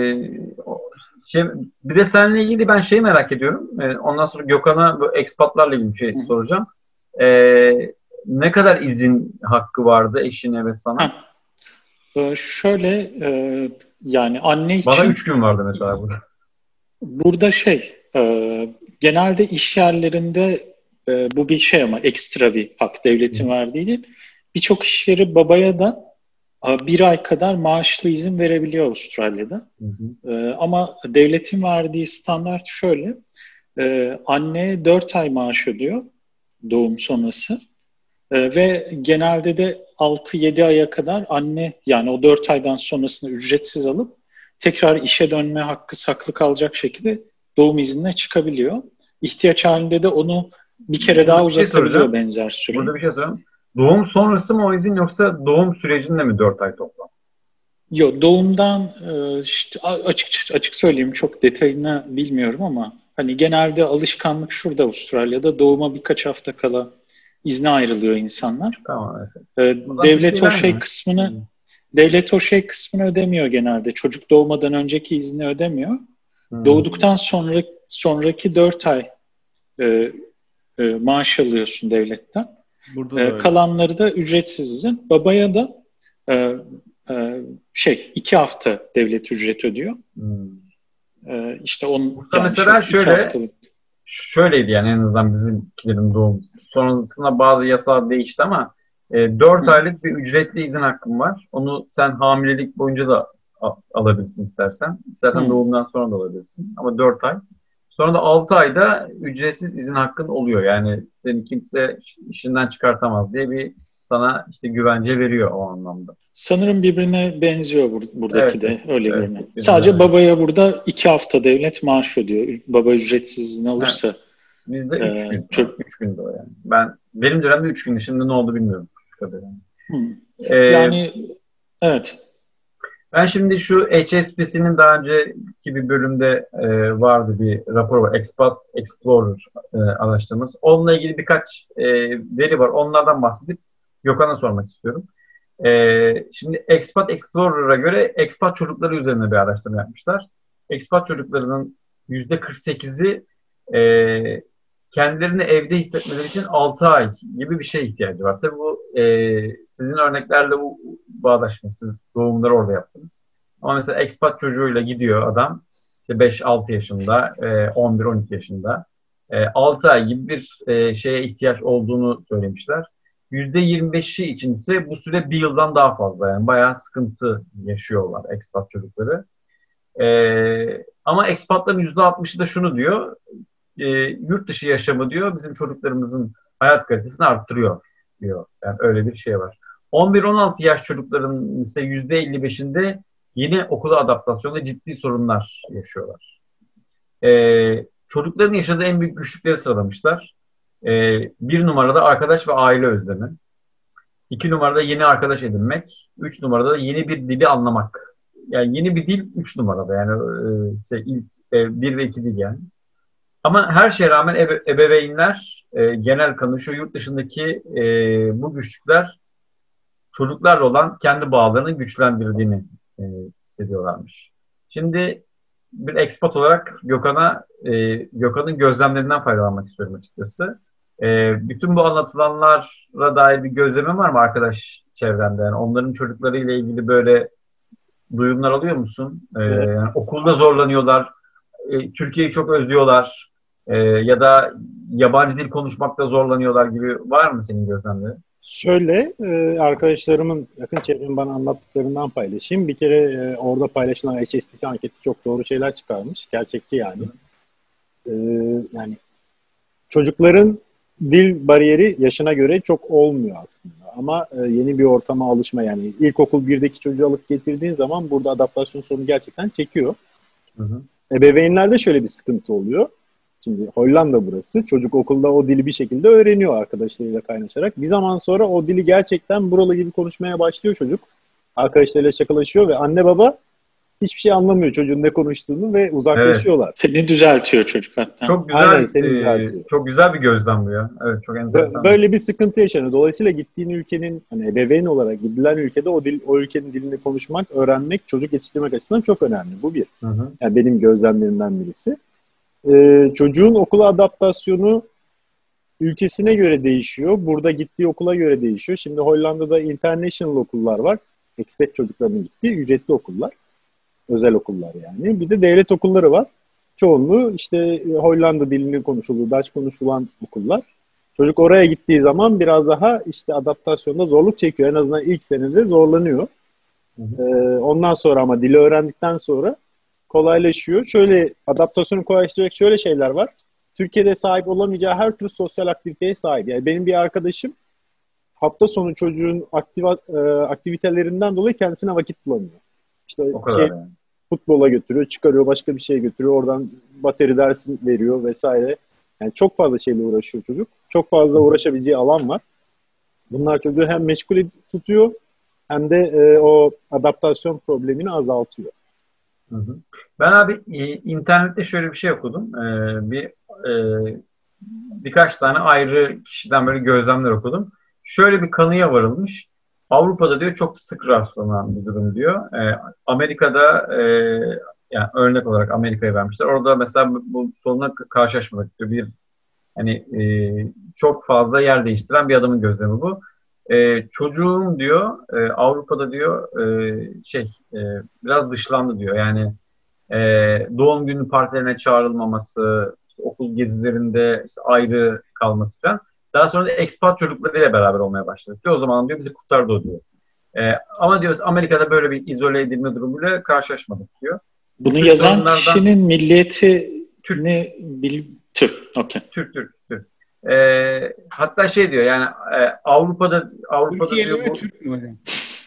bir de seninle ilgili ben merak ediyorum. Ondan sonra Gökhan'a bu ekspatlarla ilgili bir şey soracağım. Ne kadar izin hakkı vardı eşine ve sana? Şöyle yani anne için... Bana 3 gün vardı mesela burada. Burada genelde iş yerlerinde bu bir ama ekstra bir hak devletin verdiği değil. Birçok iş yeri babaya da 1 ay kadar maaşlı izin verebiliyor Avustralya'da. Ama devletin verdiği standart şöyle. Anne 4 ay maaş ödüyor doğum sonrası. Ve genelde de 6-7 aya kadar anne yani o 4 aydan sonrasını ücretsiz alıp tekrar işe dönme hakkı saklı kalacak şekilde doğum iznine çıkabiliyor. İhtiyaç halinde de onu bir kere daha uzatabiliyor benzer süre. Burada bir şey sorayım. Doğum sonrası mı o izin yoksa doğum sürecinde mi 4 ay toplam? Yok doğumdan açık söyleyeyim çok detayını bilmiyorum ama hani genelde alışkanlık şurada Avustralya'da doğuma birkaç hafta kala izne ayrılıyor insanlar. Tamam, evet. Devlet o kısmını devlet o kısmını ödemiyor genelde. Çocuk doğmadan önceki izni ödemiyor. Doğduktan sonraki 4 ay maaş alıyorsun devletten. Kalanları da ücretsiz izin. Babaya da 2 hafta devlet ücret ödüyor. İşte onun mesela şöyleydi yani en azından bizimkilerin doğum. Sonrasında bazı yasa değişti ama 4 aylık bir ücretli izin hakkın var. Onu sen hamilelik boyunca da alabilirsin istersen. İstersen doğumdan sonra da alabilirsin. Ama 4 ay. Sonra da 6 ayda ücretsiz izin hakkın oluyor. Yani seni kimse işinden çıkartamaz diye bir sana güvence veriyor o anlamda. Sanırım birbirine benziyor buradaki de öyle görünüyor. Sadece babaya burada 2 hafta devlet maaş ödüyor. Baba ücretsiz izin alırsa. Bizde 3 gün. 3 gündü o yani. Benim dönemde 3 gündü. Şimdi ne oldu bilmiyorum. Yani evet. Ben şimdi şu HSBC'nin daha önceki bir bölümde vardı, bir rapor var. Expat Explorer araştırması. Onunla ilgili birkaç veri var. Onlardan bahsedip Gökhan'a sormak istiyorum. Şimdi Expat Explorer'a göre expat çocukları üzerine bir araştırma yapmışlar. Expat çocuklarının %48'i kendilerini evde hissetmeleri için 6 ay gibi bir şeye ihtiyacı var. Tabii bu sizin örneklerle bu bağdaşmıyor. Siz doğumları orada yaptınız. Ama mesela expat çocuğuyla gidiyor adam, işte 5-6 yaşında, 11-12 yaşında. 6 ay gibi bir şeye ihtiyaç olduğunu söylemişler. %25'i için ise bu süre bir yıldan daha fazla. Yani bayağı sıkıntı yaşıyorlar expat çocukları. Ama expatların %60'ı da şunu diyor: yurt dışı yaşamı diyor bizim çocuklarımızın hayat kalitesini arttırıyor diyor. Yani öyle bir şey var. 11-16 yaş çocukların ise %55'inde yeni okula adaptasyonda ciddi sorunlar yaşıyorlar. Çocukların yaşadığı en büyük güçlükleri sıralamışlar. Bir numarada arkadaş ve aile özlemi. 2 numarada yeni arkadaş edinmek. 3 numarada da yeni bir dili anlamak. Yani yeni bir dil 3 numarada. Yani ilk 1 ve 2 dil yani. Ama her şeye rağmen ebeveynler genel kanı şu: yurt dışındaki bu güçlükler çocuklarla olan kendi bağlarını güçlendirdiğini hissediyorlarmış. Şimdi bir expat olarak Gökhan'ın gözlemlerinden faydalanmak istiyorum açıkçası. Bütün bu anlatılanlara dair bir gözlemin var mı arkadaş çevrende? Yani onların çocuklarıyla ilgili böyle duyumlar alıyor musun? Yani okulda zorlanıyorlar, Türkiye'yi çok özlüyorlar, ya da yabancı dil konuşmakta zorlanıyorlar gibi var mı senin gözlemlerin? Şöyle, arkadaşlarımın, yakın çevremin bana anlattıklarından paylaşayım. Bir kere orada paylaşılan HSBC anketi çok doğru şeyler çıkarmış. Gerçekçi yani. Yani çocukların dil bariyeri yaşına göre çok olmuyor aslında. Ama yeni bir ortama alışma, yani ilkokul 1'deki çocuğu alıp getirdiğin zaman burada adaptasyon sorunu gerçekten çekiyor. Hı hı. Ebeveynlerde şöyle bir sıkıntı oluyor. Şimdi Hollanda burası. Çocuk okulda o dili bir şekilde öğreniyor arkadaşlarıyla kaynaşarak. Bir zaman sonra o dili gerçekten buralı gibi konuşmaya başlıyor çocuk. Arkadaşlarıyla şakalaşıyor ve anne baba hiçbir şey anlamıyor çocuğun ne konuştuğunu ve uzaklaşıyorlar. Evet. Seni düzeltiyor çocuk hatta. Çok güzel. Aynen, seni düzeltiyor. Çok güzel bir gözlem bu ya. Evet, çok enteresan. Böyle bir sıkıntı yaşanıyor. Dolayısıyla gittiğin ülkenin, hani ebeveyn olarak gidilen ülkede o ülkenin dilini konuşmak, öğrenmek, çocuk yetiştirmek açısından çok önemli. Bu bir. Hı hı. Yani benim gözlemlerimden birisi. Çocuğun okula adaptasyonu ülkesine göre değişiyor. Burada gittiği okula göre değişiyor. Şimdi Hollanda'da international okullar var. Expat çocuklarının gittiği ücretli okullar. Özel okullar yani. Bir de devlet okulları var. Çoğunluğu işte Hollanda dilinin konuşulduğu, Dutch konuşulan okullar. Çocuk oraya gittiği zaman biraz daha işte adaptasyonda zorluk çekiyor. En azından ilk senede zorlanıyor. Ondan sonra ama dili öğrendikten sonra kolaylaşıyor. Şöyle adaptasyonu kolaylaştıracak şöyle şeyler var. Türkiye'de sahip olamayacağı her tür sosyal aktiviteye sahip. Yani benim bir arkadaşım hafta sonu çocuğun aktivitelerinden dolayı kendisine vakit bulamıyor. İşte futbola götürüyor, çıkarıyor, başka bir şeye götürüyor. Oradan bateri dersi veriyor vesaire. Yani çok fazla şeyle uğraşıyor çocuk. Çok fazla uğraşabileceği alan var. Bunlar çocuğu hem meşgul tutuyor hem de o adaptasyon problemini azaltıyor. Ben abi internette şöyle bir şey okudum. Birkaç tane ayrı kişiden böyle gözlemler okudum. Şöyle bir kanıya varılmış. Avrupa'da diyor çok sık rastlanan bir durum diyor. Amerika'da yani örnek olarak Amerika'ya vermişler. Orada mesela bu sorunla karşılaşmadık diyor. Hani çok fazla yer değiştiren bir adamın gözlemi bu. Çocuğum diyor Avrupa'da diyor biraz dışlandı diyor. Yani doğum günü partilerine çağrılmaması, işte okul gezilerinde işte ayrı kalması falan. Daha sonra da expat çocuklarıyla beraber olmaya başladık diyor. O zaman diyor bizi kurtardı o diyor. Ama diyoruz Amerika'da böyle bir izole edilme durumuyla karşılaşmadık diyor. Bunu yazan kişinin milliyeti Türk. Okay. Türk. Hatta şey diyor yani Avrupa'da Türkiye'li diyor mi Türk mü hocam?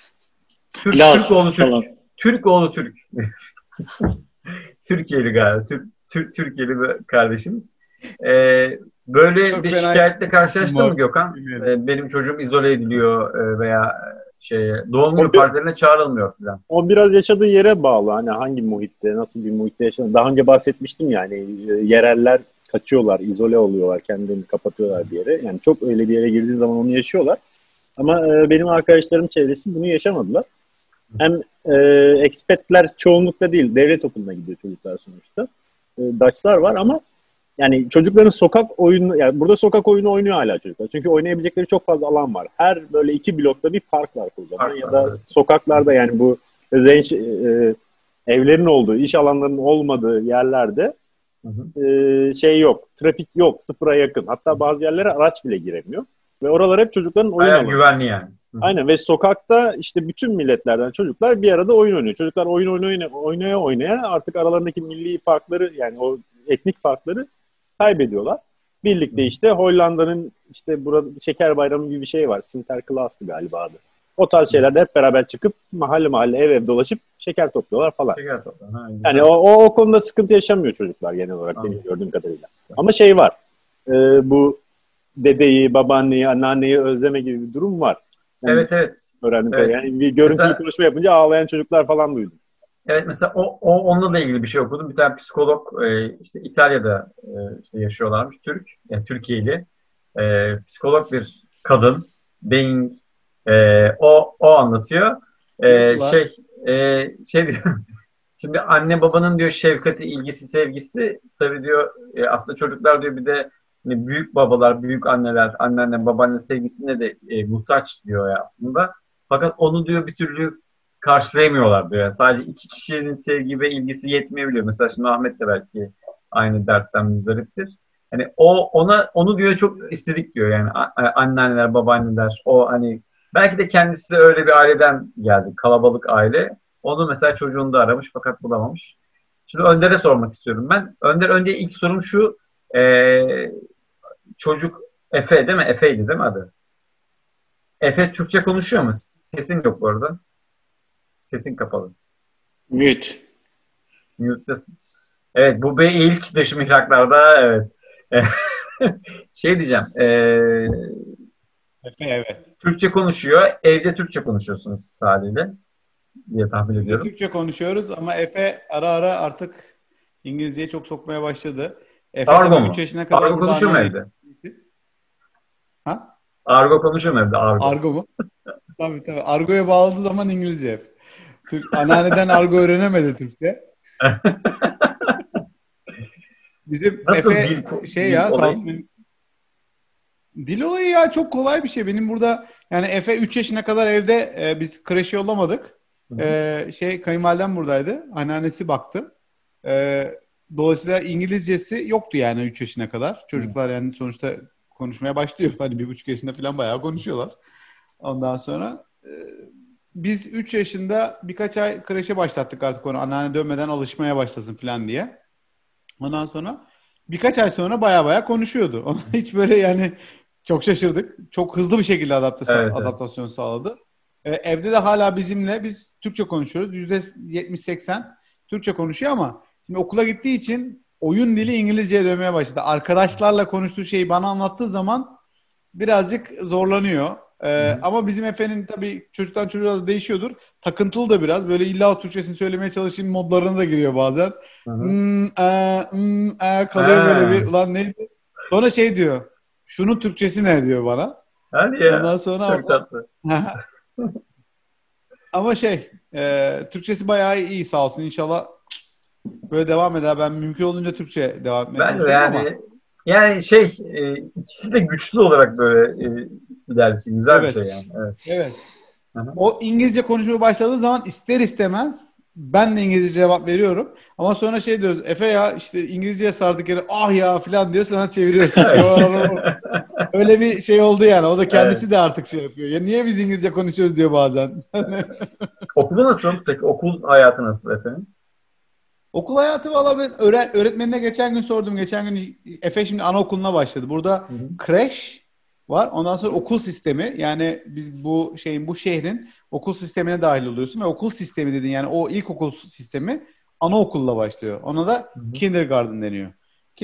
Türk oğlu Türk. Türkiye'li galiba. Türkiye'li bir kardeşimiz. Böyle çok bir şikayetle karşılaştın mı Gökhan? Benim çocuğum izole ediliyor veya Doğum günü partilerine çağrılmıyor falan. O biraz yaşadığı yere bağlı. Hani hangi muhitte, nasıl bir muhitte yaşadığını. Daha önce bahsetmiştim yani. Yereller kaçıyorlar, izole oluyorlar, kendilerini kapatıyorlar bir yere. Yani çok öyle bir yere girdiği zaman onu yaşıyorlar. Ama benim arkadaşlarım çevresi bunu yaşamadılar. Hem ekspatler çoğunlukla değil, devlet okuluna gidiyor çocuklar sonuçta. Dutch'lar var ama yani çocukların sokak oyunu, yani burada sokak oyunu oynuyor hala çocuklar. Çünkü oynayabilecekleri çok fazla alan var. Her böyle 2 blokta bir park var kocaman. Ya da sokaklarda yani bu evlerin olduğu, iş alanlarının olmadığı yerlerde şey yok, trafik yok, sıfıra yakın. Hatta bazı yerlere araç bile giremiyor. Ve oralar hep çocukların oyun alanı. Güvenli yani. Aynen ve sokakta işte bütün milletlerden çocuklar bir arada oyun oynuyor. Çocuklar oyun oynaya artık aralarındaki milli farkları yani o etnik farkları kaybediyorlar. Birlikte işte Hollanda'nın işte burada şeker bayramı gibi bir şey var. Sinterklaas'tı galiba adı. O tarz şeylerde hep beraber çıkıp mahalle ev dolaşıp şeker topluyorlar falan. Şeker topluyorlar. Yani o konuda sıkıntı yaşamıyor çocuklar genel olarak benim gördüğüm kadarıyla. Ama şey var. Bu dedeyi, babaanneyi, anneanneyi özleme gibi bir durum var. Yani evet. Öğrendim. Evet. Yani bir görüntülü konuşma yapınca ağlayan çocuklar falan duydum. Evet mesela onunla da ilgili bir şey okudum. Bir tane psikolog işte İtalya'da işte yaşıyorlarmış yani Türkiye'li psikolog bir kadın o anlatıyor. Şey diyor. Şimdi anne babanın diyor şefkati, ilgisi, sevgisi tabii diyor aslında çocuklar diyor bir de hani büyük babalar, büyük anneler, anneanne, babaanne sevgisine de muhtaç diyor ya aslında. Fakat onu diyor bir türlü karşılayamıyorlar diyor. Yani sadece iki kişinin sevgi ve ilgisi yetmeyebiliyor. Mesela şimdi Ahmet de belki aynı dertten müzdariptir. Hani onu diyor çok istedik diyor yani anneanneler, babaanneler o hani belki de kendisi öyle bir aileden geldi. Kalabalık aile. Onu mesela çocuğunu da aramış fakat bulamamış. Şimdi Önder'e sormak istiyorum ben. Önder önce ilk sorum şu. Çocuk Efe değil mi? Efe'ydi değil mi adı? Efe Türkçe konuşuyor mu? Sesin yok bu arada. Sesin kapalı. Mute'dasın. Evet bu ilk dış mihraklarda evet. Şey diyeceğim. Efe evet. Türkçe konuşuyor. Evde Türkçe konuşuyorsunuz haliyle diye tahmin ediyorum. Türkçe konuşuyoruz ama Efe ara ara artık İngilizceyi çok sokmaya başladı. Efe Argo tabii mu? 3 yaşına kadar Argo konuşuyor mu evde? Ha? Argo konuşuyor mu evde? Argo mu? Tabii. Argo'ya bağladığı zaman İngilizce. Anneanneden argo öğrenemedi Türkçe. Bizim nasıl Efe dil olayı ya çok kolay bir şey. Benim burada yani Efe 3 yaşına kadar evde biz kreşe yollamadık. Kayınvalidem buradaydı. Anneannesi baktı. Dolayısıyla İngilizcesi yoktu yani 3 yaşına kadar. Çocuklar yani sonuçta konuşmaya başlıyor. Hani 1,5 yaşında falan bayağı konuşuyorlar. Ondan sonra biz 3 yaşında birkaç ay kreşe başlattık artık onu. Anneanne dönmeden alışmaya başlasın falan diye. Ondan sonra birkaç ay sonra baya konuşuyordu. Ona hiç böyle yani çok şaşırdık. Çok hızlı bir şekilde adaptasyon sağladı. Evde de hala bizimle biz Türkçe konuşuyoruz. %70-80 Türkçe konuşuyor ama şimdi okula gittiği için oyun dili İngilizceye dönmeye başladı. Arkadaşlarla konuştuğu şeyi bana anlattığı zaman birazcık zorlanıyor. Ama bizim Efe'nin tabii çocuktan çocuğa da değişiyordur. Takıntılı da biraz. Böyle illa o Türkçesini söylemeye çalışayım modlarına da giriyor bazen. Kalıyor böyle bir. Ulan neydi? Sonra şey diyor. Şunun Türkçesi ne diyor bana. Hadi ya. Ondan sonra çok tatlı. Ama Türkçesi bayağı iyi sağ olsun. İnşallah böyle devam eder. Ben mümkün olunca Türkçe devam etmeye çalışıyorum ama. Yani ikisi de güçlü olarak böyle ilerlesin. Güzel bir şey yani. Evet. O İngilizce konuşmaya başladığı zaman ister istemez ben de İngilizce cevap veriyorum. Ama sonra diyoruz. Efe ya işte İngilizceye sardık yere ah ya falan diyor sonra çeviriyoruz. Öyle bir şey oldu yani. O da kendisi de artık yapıyor. Ya niye biz İngilizce konuşuyoruz diyor bazen. Okulu nasıl? Peki okul hayatı nasıl efendim? Okul hayatı valla ben öğretmenine geçen gün sordum. Geçen gün Efe şimdi anaokuluna başladı. Burada kreş var. Ondan sonra okul sistemi. Yani biz bu şehrin okul sistemine dahil oluyorsun ve okul sistemi dedin yani o ilkokul sistemi anaokulla başlıyor. Ona da kindergarten deniyor.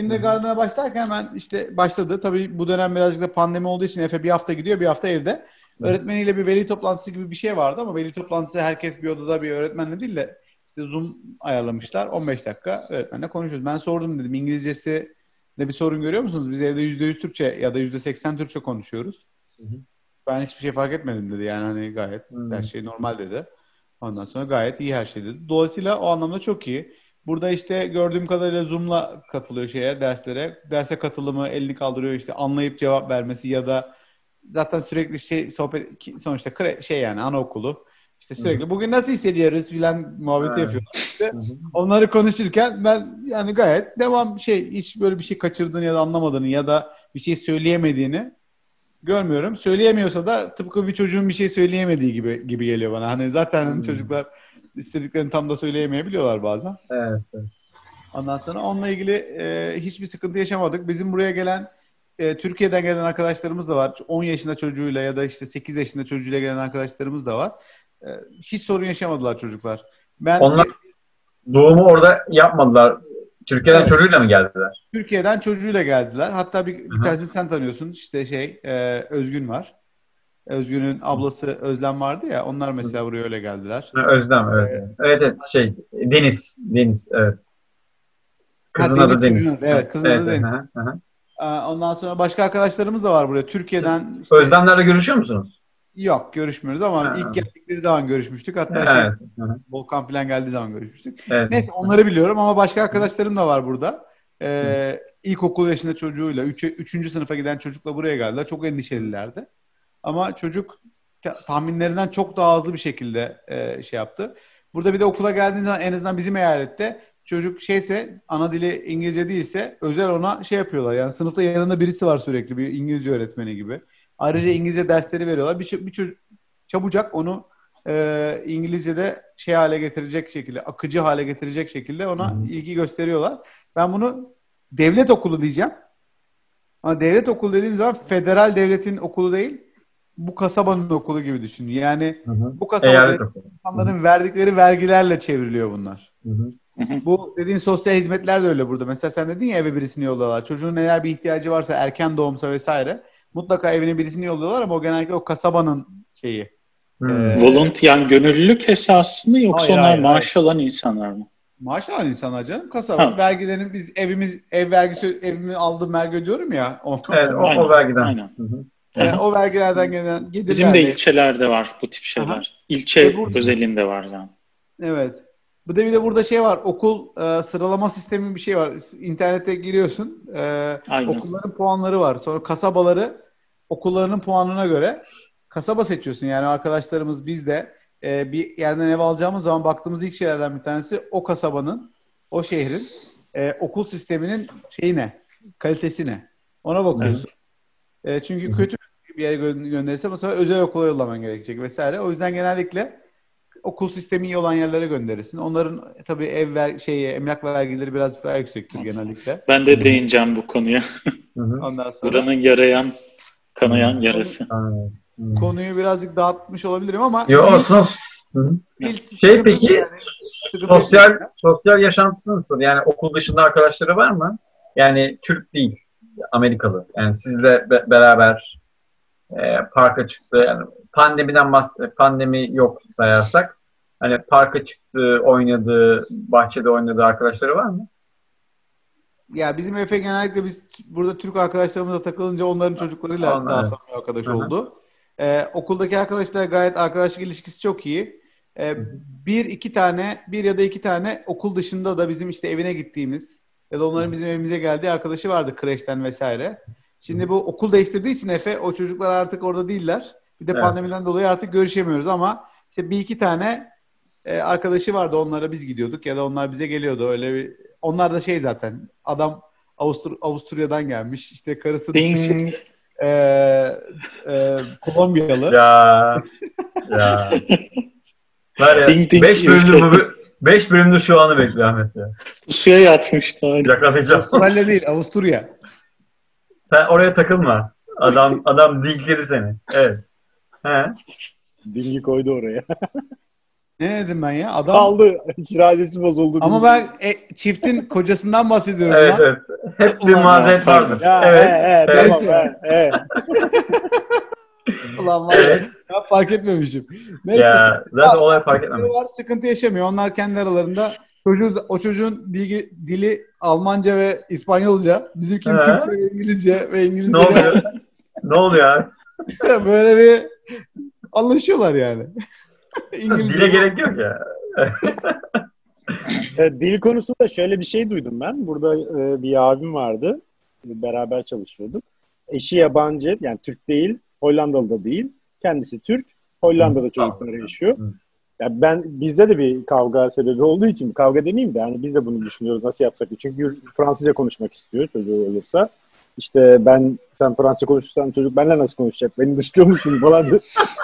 Kindergarten'a başlarken hemen başladı. Tabii bu dönem birazcık da pandemi olduğu için Efe bir hafta gidiyor, bir hafta evde. Öğretmeniyle bir veli toplantısı gibi bir şey vardı ama veli toplantısı herkes bir odada bir öğretmenle değil de işte Zoom ayarlamışlar. 15 dakika öğretmenle konuşuyoruz. Ben sordum dedim İngilizcesi de bir sorun görüyor musunuz? Biz evde %100 Türkçe ya da %80 Türkçe konuşuyoruz. Ben hiçbir şey fark etmedim dedi. Yani hani gayet her şey normal dedi. Ondan sonra gayet iyi her şey dedi. Dolayısıyla o anlamda çok iyi. Burada işte gördüğüm kadarıyla Zoom'la katılıyor derslere. Derse katılımı, elini kaldırıyor işte anlayıp cevap vermesi ya da zaten sürekli sohbet sonuçta yani anaokulu. İşte sürekli bugün nasıl hissediyoruz filan muhabbeti yapıyorlar. İşte onları konuşurken ben yani gayet devam hiç böyle bir şey kaçırdığını ya da anlamadığını ya da bir şey söyleyemediğini görmüyorum. Söyleyemiyorsa da tıpkı bir çocuğun bir şey söyleyemediği gibi geliyor bana. Hani zaten çocuklar istediklerini tam da söyleyemeyebiliyorlar bazen. Evet. Ondan sonra onunla ilgili hiçbir sıkıntı yaşamadık. Bizim buraya gelen Türkiye'den gelen arkadaşlarımız da var. 10 yaşında çocuğuyla ya da işte 8 yaşında çocuğuyla gelen arkadaşlarımız da var. Hiç sorun yaşamadılar çocuklar. Onlar doğumu orada yapmadılar. Türkiye'den çocuğuyla mı geldiler? Türkiye'den çocuğuyla geldiler. Hatta bir tanesini sen tanıyorsun. İşte Özgün var. Özgün'ün ablası Özlem vardı ya. Onlar mesela buraya öyle geldiler. Özlem, evet. Evet, Deniz, evet. Kızın adı Deniz. Evet, kızın adı Deniz. Ondan sonra başka arkadaşlarımız da var buraya. Türkiye'den. Özlemlerle görüşüyor musunuz? Yok, görüşmüyoruz ama ilk geldikleri zaman görüşmüştük. Hatta Volkan falan geldiği zaman görüşmüştük. Evet. Neyse onları biliyorum ama başka arkadaşlarım da var burada. İlkokul yaşında çocuğuyla 3. sınıfa giden çocukla buraya geldiler. Çok endişelilerdi. Ama çocuk tahminlerinden çok daha hızlı bir şekilde yaptı. Burada bir de okula geldiğiniz zaman en azından bizim eyalette çocuk ana dili İngilizce değilse özel ona yapıyorlar. Yani sınıfta yanında birisi var sürekli bir İngilizce öğretmeni gibi. Ayrıca İngilizce dersleri veriyorlar. Bir çocuk çabucak onu İngilizce'de hale getirecek şekilde, akıcı hale getirecek şekilde ona ilgi gösteriyorlar. Ben bunu devlet okulu diyeceğim. Ama devlet okulu dediğim zaman federal devletin okulu değil, bu kasabanın okulu gibi düşünün. Yani bu kasabada insanların verdikleri vergilerle çevriliyor bunlar. Bu dediğin sosyal hizmetler de öyle burada. Mesela sen dedin ya eve birisini yolluyorlar. Çocuğun eğer bir ihtiyacı varsa erken doğumsa vesaire mutlaka evine birisini yolluyorlar ama o genellikle o kasabanın yani gönüllülük esası mı yoksa onlar maaş alan insanlar mı? Maaş alan insanlar canım. Kasaba vergilerin biz ev vergisi evimi aldığım vergi ödüyorum ya. O vergiden. Aynen. O vergilerden gelen gelirlerle. Bizim de ilçelerde var bu tip şeyler. Aha. İlçe özelinde var yani. Evet. Bir de burada var. Okul sıralama sistemi bir şey var. İnternete giriyorsun. Okulların puanları var. Sonra kasabaları okullarının puanına göre kasaba seçiyorsun. Yani arkadaşlarımız biz de bir yerden ev alacağımız zaman baktığımız ilk şeylerden bir tanesi o kasabanın, o şehrin okul sisteminin kalitesi ne? Ona bakıyorsun. Çünkü kötü bir yere gönderirse mesela özel okula yollaman gerekecek vesaire. O yüzden genellikle okul sistemi iyi olan yerlere gönderirsin. Onların tabii emlak vergileri birazcık daha yüksektir genellikle. Ben de değineceğim bu konuya. Ondan sonra buranın yarayan, kanayan yarası. Konuyu birazcık dağıtmış olabilirim ama peki sosyal yaşantısı nasıl? Yani okul dışında arkadaşları var mı? Yani Türk değil, Amerikalı. Yani sizle beraber parka çıktı. Yani pandemi yok sayarsak. Hani parka çıktı, oynadı, bahçede oynadığı arkadaşları var mı? Ya bizim Efe genellikle biz burada Türk arkadaşlarımızla takılınca onların çocuklarıyla daha samimi arkadaş oldu. Okuldaki arkadaşlar gayet arkadaşlık ilişkisi çok iyi. Bir ya da iki tane okul dışında da bizim işte evine gittiğimiz ya da onların bizim evimize geldiği arkadaşı vardı kreşten vesaire. Şimdi bu okul değiştirdiği için Efe o çocuklar artık orada değiller. Bir de pandemiden dolayı artık görüşemiyoruz ama işte bir iki tane arkadaşı vardı, onlara biz gidiyorduk ya da onlar bize geliyordu. Onlar da zaten adam Avusturya'dan gelmiş. İşte karısı Kolombiyalı. Ya. Var ya 5 bölümdür şu anı bekliyor Ahmet ya. Suya yatmıştı. Yakalayacağım. Avustralya değil, Avusturya. Sen oraya takılma. Adam dinkledi seni. Evet. Dingi koydu oraya. Ne dedim ben ya? Adam kaldı. İradesi bozuldu. Ama ben çiftin kocasından bahsediyorum. Evet. Hep bir mazeret vardır. Evet. Ulan var ya, ben fark etmemişim. Neyse, Ya zaten olay fark etmemiş. var, sıkıntı yaşamıyor. Onlar kendi aralarında o çocuğun dili Almanca ve İspanyolca, bizimkinin Türkçe ve İngilizce ve İngilizce. Ne oluyor? Ne oluyor abi? Böyle bir anlaşıyorlar yani. Dile gerek yok ya. Dil konusunda şöyle bir şey duydum ben. Burada bir abim vardı. Beraber çalışıyorduk. Eşi yabancı, yani Türk değil, Hollandalı da değil. Kendisi Türk, Hollanda'da çocukları yaşıyor. Ya bizde de bir kavga sebebi olduğu için, kavga demeyeyim de yani biz de bunu düşünüyoruz nasıl yapsak. Çünkü Fransızca konuşmak istiyor çocuğu olursa. İşte sen Fransızca konuşursan çocuk benimle nasıl konuşacak? Beni dışlıyor musun falan.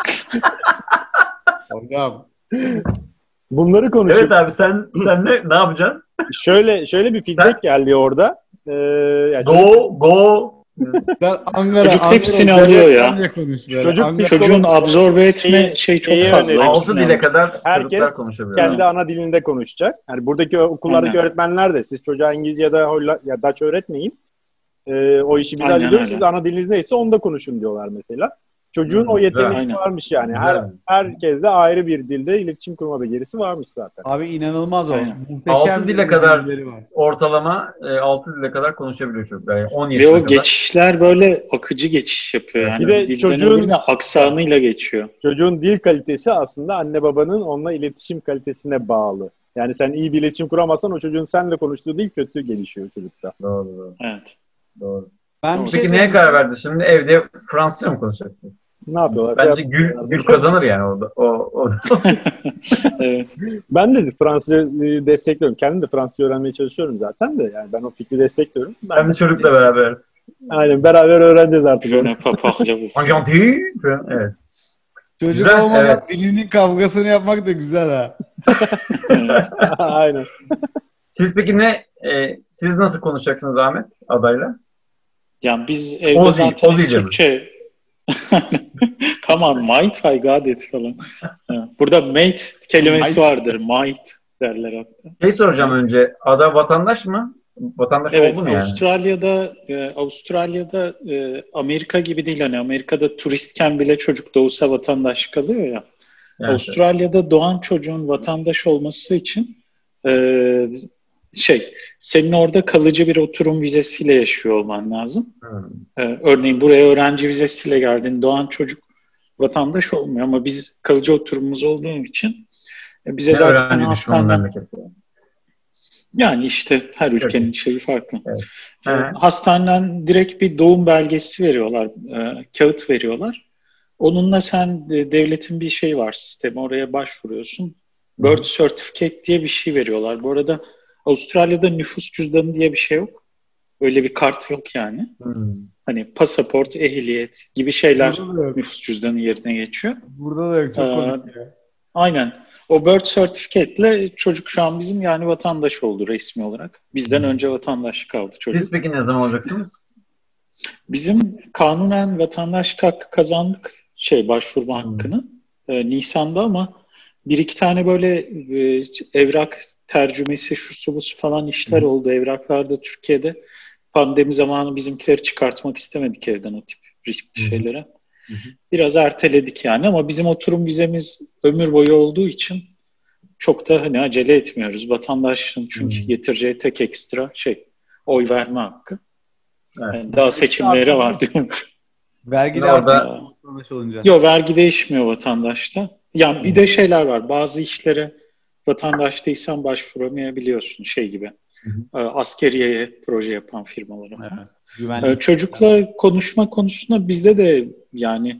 Hocam. Bunları konuşuyor. Evet abi sen ne yapacaksın? Şöyle bir feedback geldi orada. Yani go. Çocuk hepsini alıyor ya. Çocuğun absorbe etme çok fazla. 6 dile kadar herkes kendi ana dilinde konuşacak. Yani buradaki okullardaki öğretmenler de siz çocuğa İngilizce ya da Dutch öğretmeyin. O işi biz hallediyoruz. Siz ana diliniz neyse onda konuşun diyorlar mesela. Çocuğun o yeteneği varmış yani. Herkeste ayrı bir dilde iletişim kurma becerisi varmış zaten. Abi inanılmaz o. Muhteşem 6 dile kadar ortalama 6 dile kadar konuşabiliyor çocuklar. Yani 10 yaşına kadar. Ve o geçişler böyle akıcı geçiş yapıyor. Yani. Bir de çocuğun aksanıyla geçiyor. Çocuğun dil kalitesi aslında anne babanın onunla iletişim kalitesine bağlı. Yani sen iyi bir iletişim kuramazsan o çocuğun seninle konuştuğu dil kötü gelişiyor çocukta. Doğru. Evet. Doğru. Peki neye karar verdin? Şimdi evde Fransızca mı konuşacaksınız? Ne yapıyorlar? Bence Gül kazanır yani orada. Evet. Ben de Fransızca destekliyorum. Kendim de Fransızca öğrenmeye çalışıyorum zaten de. Yani ben o fikri destekliyorum. Ben de çocukla beraber. Aynen beraber öğreneceğiz artık. Evet. Çocuk olmadan dilinin kavgasını yapmak da güzel ha. Aynen. Siz peki siz nasıl konuşacaksınız Ahmet adayla? Yani biz evde zaten Türkçe come on mate I got it falan. Burada mate kelimesi vardır. Mate derler hatta. Soracağım önce. Ada vatandaş mı? Vatandaş oldu mu yani? Avustralya'da Amerika gibi değil. Hani Amerika'da turistken bile çocuk doğursa vatandaş kalıyor ya. Yani Avustralya'da doğan çocuğun vatandaş olması için senin orada kalıcı bir oturum vizesiyle yaşıyor olman lazım. Örneğin buraya öğrenci vizesiyle geldin, doğan çocuk vatandaş olmuyor ama biz kalıcı oturumumuz olduğu için bize zaten hastaneden yani işte her ülkenin şeyi farklı. Evet. Hastaneden direkt bir doğum belgesi veriyorlar, kağıt veriyorlar. Onunla sen devletin bir şey var, sistemi oraya başvuruyorsun. Birth Certificate diye bir şey veriyorlar. Bu arada Avustralya'da nüfus cüzdanı diye bir şey yok. Öyle bir kart yok yani. Hani pasaport, ehliyet gibi şeyler nüfus cüzdanı yerine geçiyor. Burada da yok. Çok komik ya. Aynen. O birth certificate'le çocuk şu an bizim yani vatandaş oldu resmi olarak. Bizden önce vatandaşlık aldı çocuk. Siz peki ne zaman olacaksınız? Bizim kanunen vatandaşlık hakkı kazandık. Başvurma hakkını. Nisan'da ama bir iki tane böyle evrak tercümesi, şusu busu falan işler oldu. Evraklarda Türkiye'de pandemi zamanı bizimkileri çıkartmak istemedik evden o tip riskli şeylere. Biraz erteledik yani ama bizim oturum vizemiz ömür boyu olduğu için çok da hani acele etmiyoruz. Vatandaşlığın çünkü getireceği tek ekstra oy verme hakkı. Evet. Yani daha seçimlere var diyorum. Vergi de vatandaş olunca. Yok, vergi değişmiyor vatandaşta. Yani bir de şeyler var. Bazı işlere vatandaş değilsen başvuramayabiliyorsun gibi. Askeriyeye proje yapan firmalara. Evet. Çocukla konuşma konusunda bizde de yani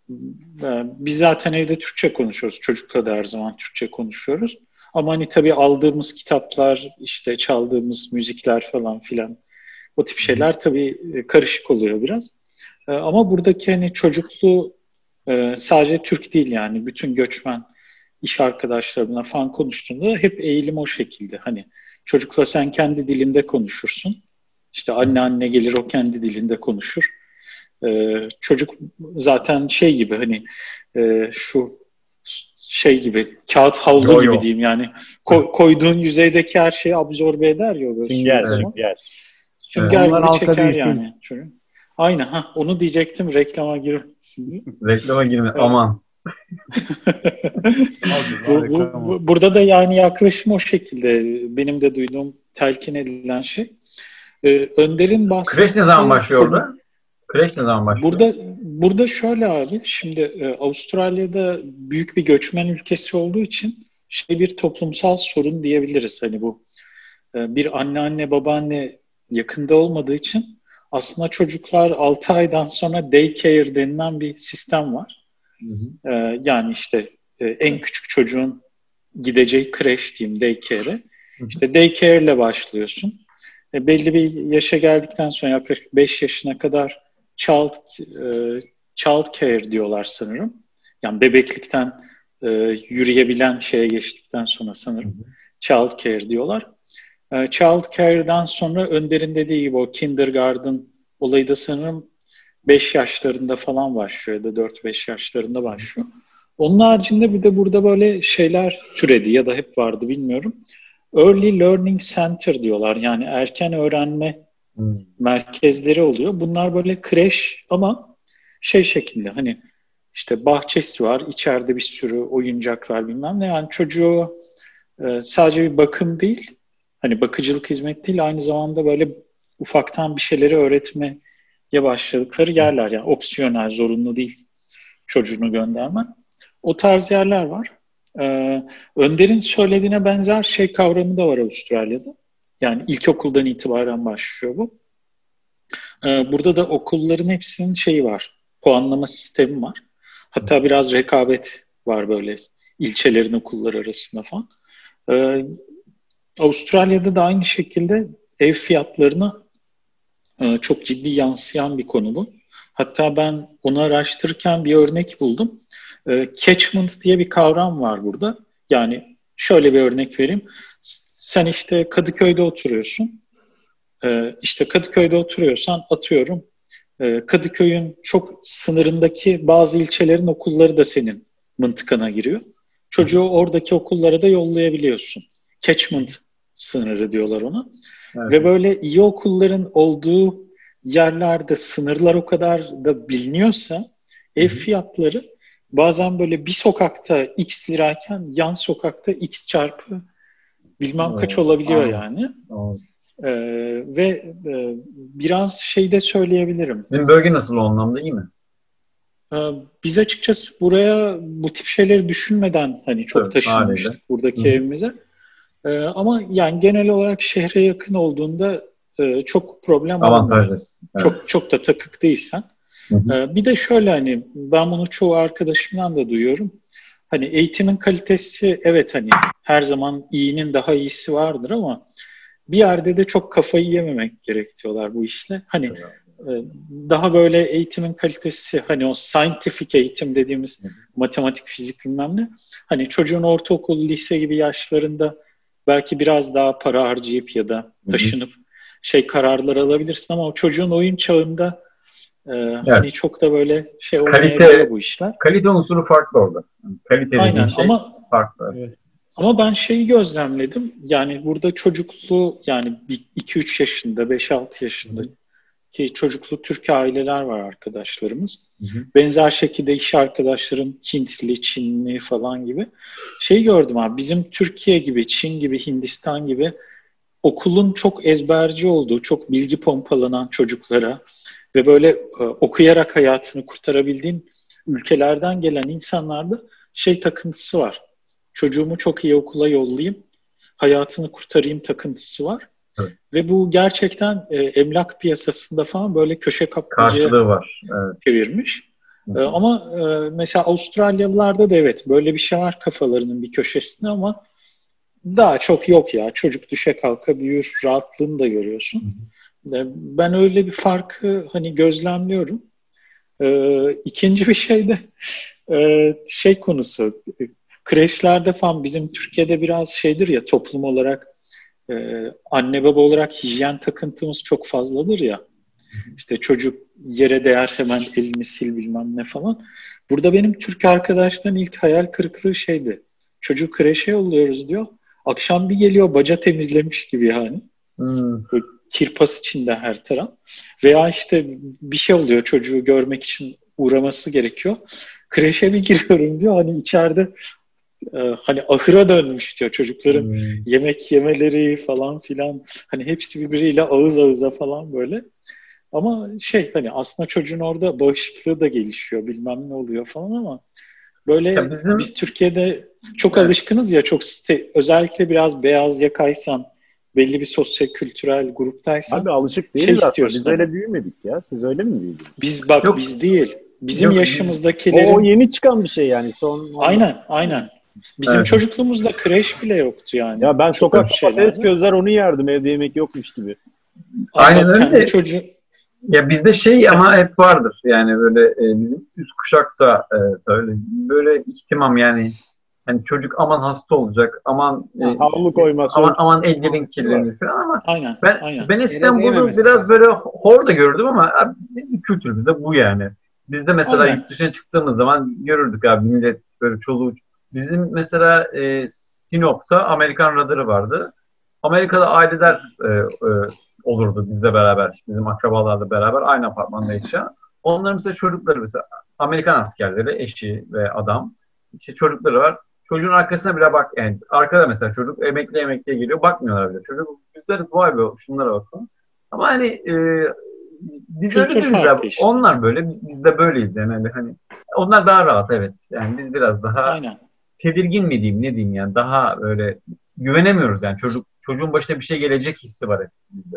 biz zaten evde Türkçe konuşuyoruz. Çocukla da her zaman Türkçe konuşuyoruz. Ama hani tabii aldığımız kitaplar, işte çaldığımız müzikler falan filan o tip şeyler tabii karışık oluyor biraz. Ama buradaki hani çocuklu sadece Türk değil yani bütün göçmen iş arkadaşlarımla falan konuştuğunda hep eğilim o şekilde. Hani çocukla sen kendi dilinde konuşursun. İşte anne gelir o kendi dilinde konuşur. Çocuk zaten gibi hani şu gibi kağıt havlu gibi diyeyim yani koyduğun yüzeydeki her şeyi absorbe eder ya. Sünger. Sünger gibi çeker yani. Aynen. Onu diyecektim. Reklama girmesin. Reklama girme. Evet. Aman. Burada da yani yaklaşım o şekilde. Benim de duyduğum, telkin edilen şey. Önder'in bahsettiği... Kreş ne zaman başlıyor orada? Kreş ne zaman başlıyor? Burada şöyle abi. Şimdi Avustralya'da büyük bir göçmen ülkesi olduğu için bir toplumsal sorun diyebiliriz. Hani bu bir anne babaanne yakında olmadığı için aslında çocuklar 6 aydan sonra daycare denilen bir sistem var. Yani işte en küçük çocuğun gideceği kreş diyeyim, daycare'e. İşte daycare ile başlıyorsun. Belli bir yaşa geldikten sonra yaklaşık 5 yaşına kadar child care diyorlar sanırım. Yani bebeklikten yürüyebilen şeye geçtikten sonra sanırım child care diyorlar. Child care'dan sonra Önder'in dediği gibi o kindergarten olayı da sanırım 5 yaşlarında falan başlıyor ya da 4-5 yaşlarında başlıyor. Onun haricinde bir de burada böyle şeyler türedi ya da hep vardı bilmiyorum. Early Learning Center diyorlar. Yani erken öğrenme merkezleri oluyor. Bunlar böyle kreş ama şey şeklinde hani işte bahçesi var, içeride bir sürü oyuncaklar bilmem ne. Yani çocuğu sadece bir bakım değil, hani bakıcılık hizmet değil, aynı zamanda böyle ufaktan bir şeyleri öğretmeye başladıkları yerler. Yani opsiyonel, zorunlu değil çocuğunu göndermen. O tarz yerler var. Önder'in söylediğine benzer şey kavramı da var Avustralya'da. Yani ilkokuldan itibaren başlıyor bu. Burada da okulların hepsinin şeyi var. Puanlama sistemi var. Hatta biraz rekabet var böyle ilçelerin okulları arasında falan. Avustralya'da da aynı şekilde ev fiyatlarına çok ciddi yansıyan bir konu bu. Hatta ben onu araştırırken bir örnek buldum. Catchment diye bir kavram var burada. Yani şöyle bir örnek vereyim. Sen işte Kadıköy'de oturuyorsun. İşte Kadıköy'de oturuyorsan atıyorum. Kadıköy'ün çok sınırındaki bazı ilçelerin okulları da senin mıntıkana giriyor. Çocuğu oradaki okullara da yollayabiliyorsun. Catchment sınırı diyorlar ona. Evet. Ve böyle iyi okulların olduğu yerlerde sınırlar o kadar da biliniyorsa ev fiyatları bazen böyle bir sokakta X lirayken yan sokakta X çarpı bilmem kaç olabiliyor yani. Ve biraz şey de söyleyebilirim. Sizin bölge nasıl o anlamda, iyi mi? Biz açıkçası buraya bu tip şeyleri düşünmeden hani çok taşınmıştık buradaki evimize. Ama yani genel olarak şehre yakın olduğunda çok problem olmuyor. Evet. Çok da takık değilsen. Bir de şöyle hani ben bunu çoğu arkadaşımdan da duyuyorum. Hani eğitimin kalitesi evet hani her zaman iyinin daha iyisi vardır ama bir yerde de çok kafayı yememek gerekiyorlar bu işle. Hani daha böyle eğitimin kalitesi hani o scientific eğitim dediğimiz matematik, fizik bilmem ne. Hani çocuğun ortaokul, lise gibi yaşlarında belki biraz daha para harcayıp ya da taşınıp kararlar alabilirsin ama o çocuğun oyun çağında hani çok da böyle olmayabiliyor bu işler. Kalite unsuru farklı orada. Kalite aynen şey ama farklı. Evet. Ama ben gözlemledim. Yani burada çocuklu yani 2-3 yaşında, 5-6 yaşında ki çocuklu Türk aileler var arkadaşlarımız. Benzer şekilde iş arkadaşlarım Hintli, Çinli falan gibi. Gördüm abi bizim Türkiye gibi, Çin gibi, Hindistan gibi okulun çok ezberci olduğu, çok bilgi pompalanan çocuklara ve böyle okuyarak hayatını kurtarabildiğin ülkelerden gelen insanlarda takıntısı var. Çocuğumu çok iyi okula yollayayım, hayatını kurtarayım takıntısı var. Evet. Ve bu gerçekten emlak piyasasında falan böyle köşe kapmacaya var. Evet. Çevirmiş. Ama mesela Avustralyalılarda da evet böyle bir şey var kafalarının bir köşesinde ama daha çok yok ya. Çocuk düşe kalka büyür, rahatlığını da görüyorsun. Ben öyle bir farkı hani gözlemliyorum. İkinci bir şey de konusu. Kreşlerde falan bizim Türkiye'de biraz şeydir ya toplum olarak anne baba olarak hijyen takıntımız çok fazladır ya. İşte çocuk yere değer hemen elini sil bilmem ne falan. Burada benim Türk arkadaşların ilk hayal kırıklığı Çocuğu kreşe yolluyoruz diyor. Akşam bir geliyor baca temizlemiş gibi yani. kirpas içinde her taraf. Veya işte bir şey oluyor, çocuğu görmek için uğraması gerekiyor. Kreşe bir giriyorum diyor, hani içeride hani ahıra dönmüş diyor çocukların yemek yemeleri falan filan. Hani hepsi birbiriyle ağız ağıza falan böyle. Ama hani aslında çocuğun orada bağışıklığı da gelişiyor, bilmem ne oluyor falan ama böyle biz Türkiye'de çok alışkınız ya, çok özellikle biraz beyaz yakaysan, belli bir sosyo-kültürel gruptaysan. Abi alışık değiliz aslında. Biz öyle büyümedik ya. Siz öyle mi büyüdünüz? Biz değil. Bizim yaşımızdakilerin... O yeni çıkan bir şey yani. Aynen. Bizim çocukluğumuzda kreş bile yoktu yani. Ya ben sokakta patates közler onu yerdim. Evde yemek yokmuş gibi. Aynen öyle. Ya bizde ama hep vardır. Yani böyle bizim üst kuşakta öyle böyle ihtimam yani. Hani çocuk aman hasta olacak, aman havlu koyması, aman ellerin kirlenir falan ama aynen. Ben İstanbul'u biraz böyle hor da gördüm ama abi, bizim kültürümüzde bu yani. Bizde mesela yurt dışına çıktığımız zaman görürdük abi millet böyle çoluğu. Bizim mesela Sinop'ta Amerikan radarı vardı. Amerika'da aileler olurdu bizle beraber, bizim akrabalarla beraber aynı apartmanda yaşayan. Onların mesela çocukları mesela Amerikan askerleri, eşi ve adam, işte çocukları var. Çocuğun arkasına bile bak yani arkada mesela çocuk emekliye geliyor, bakmıyorlar bile. Çocuk bizlere vay be şunlara bakın. Ama hani biz öyle değiliz abi. İşte. Onlar böyle, biz de böyleyiz yani hani onlar daha rahat evet. Yani biz biraz daha tedirgin mi diyeyim, ne diyeyim yani daha böyle güvenemiyoruz yani çocuğun başına bir şey gelecek hissi var hep bizde.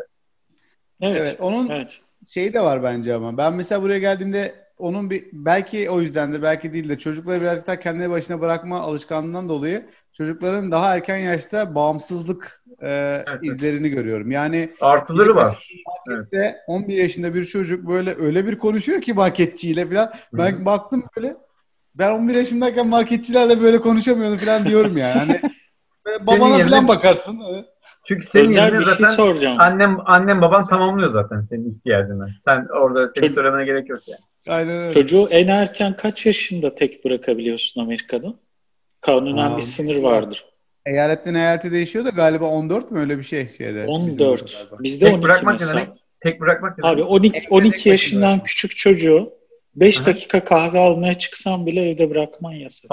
Evet. Onun şeyi de var bence ama. Ben mesela buraya geldiğimde onun belki o yüzdendir, belki değil de çocukları birazcık daha kendine başına bırakma alışkanlığından dolayı çocukların daha erken yaşta bağımsızlık izlerini görüyorum. Yani artıları var. Markette 11 yaşında bir çocuk böyle öyle bir konuşuyor ki marketçiyle falan. Ben baktım böyle. Ben 11 yaşındayken marketçilerle böyle konuşamıyordum falan diyorum yani. Hani babana falan bakarsın. Çünkü senin yerine zaten annem baban tamamlıyor zaten senin ihtiyacını. Sen orada seni söylemene gerek yok yani. Aynen öyle. Çocuğu en erken kaç yaşında tek bırakabiliyorsun Amerika'da? Kanunen bir sınır vardır. Eyaletten eyalete değişiyor da galiba 14 mü öyle bir şeyde. 14. Bizde 12 bırakmak mesela. Ne demek? Tek bırakmak ne demek? Abi 12 yaşından küçük çocuğu 5 dakika kahve almaya çıksan bile evde bırakman yasak.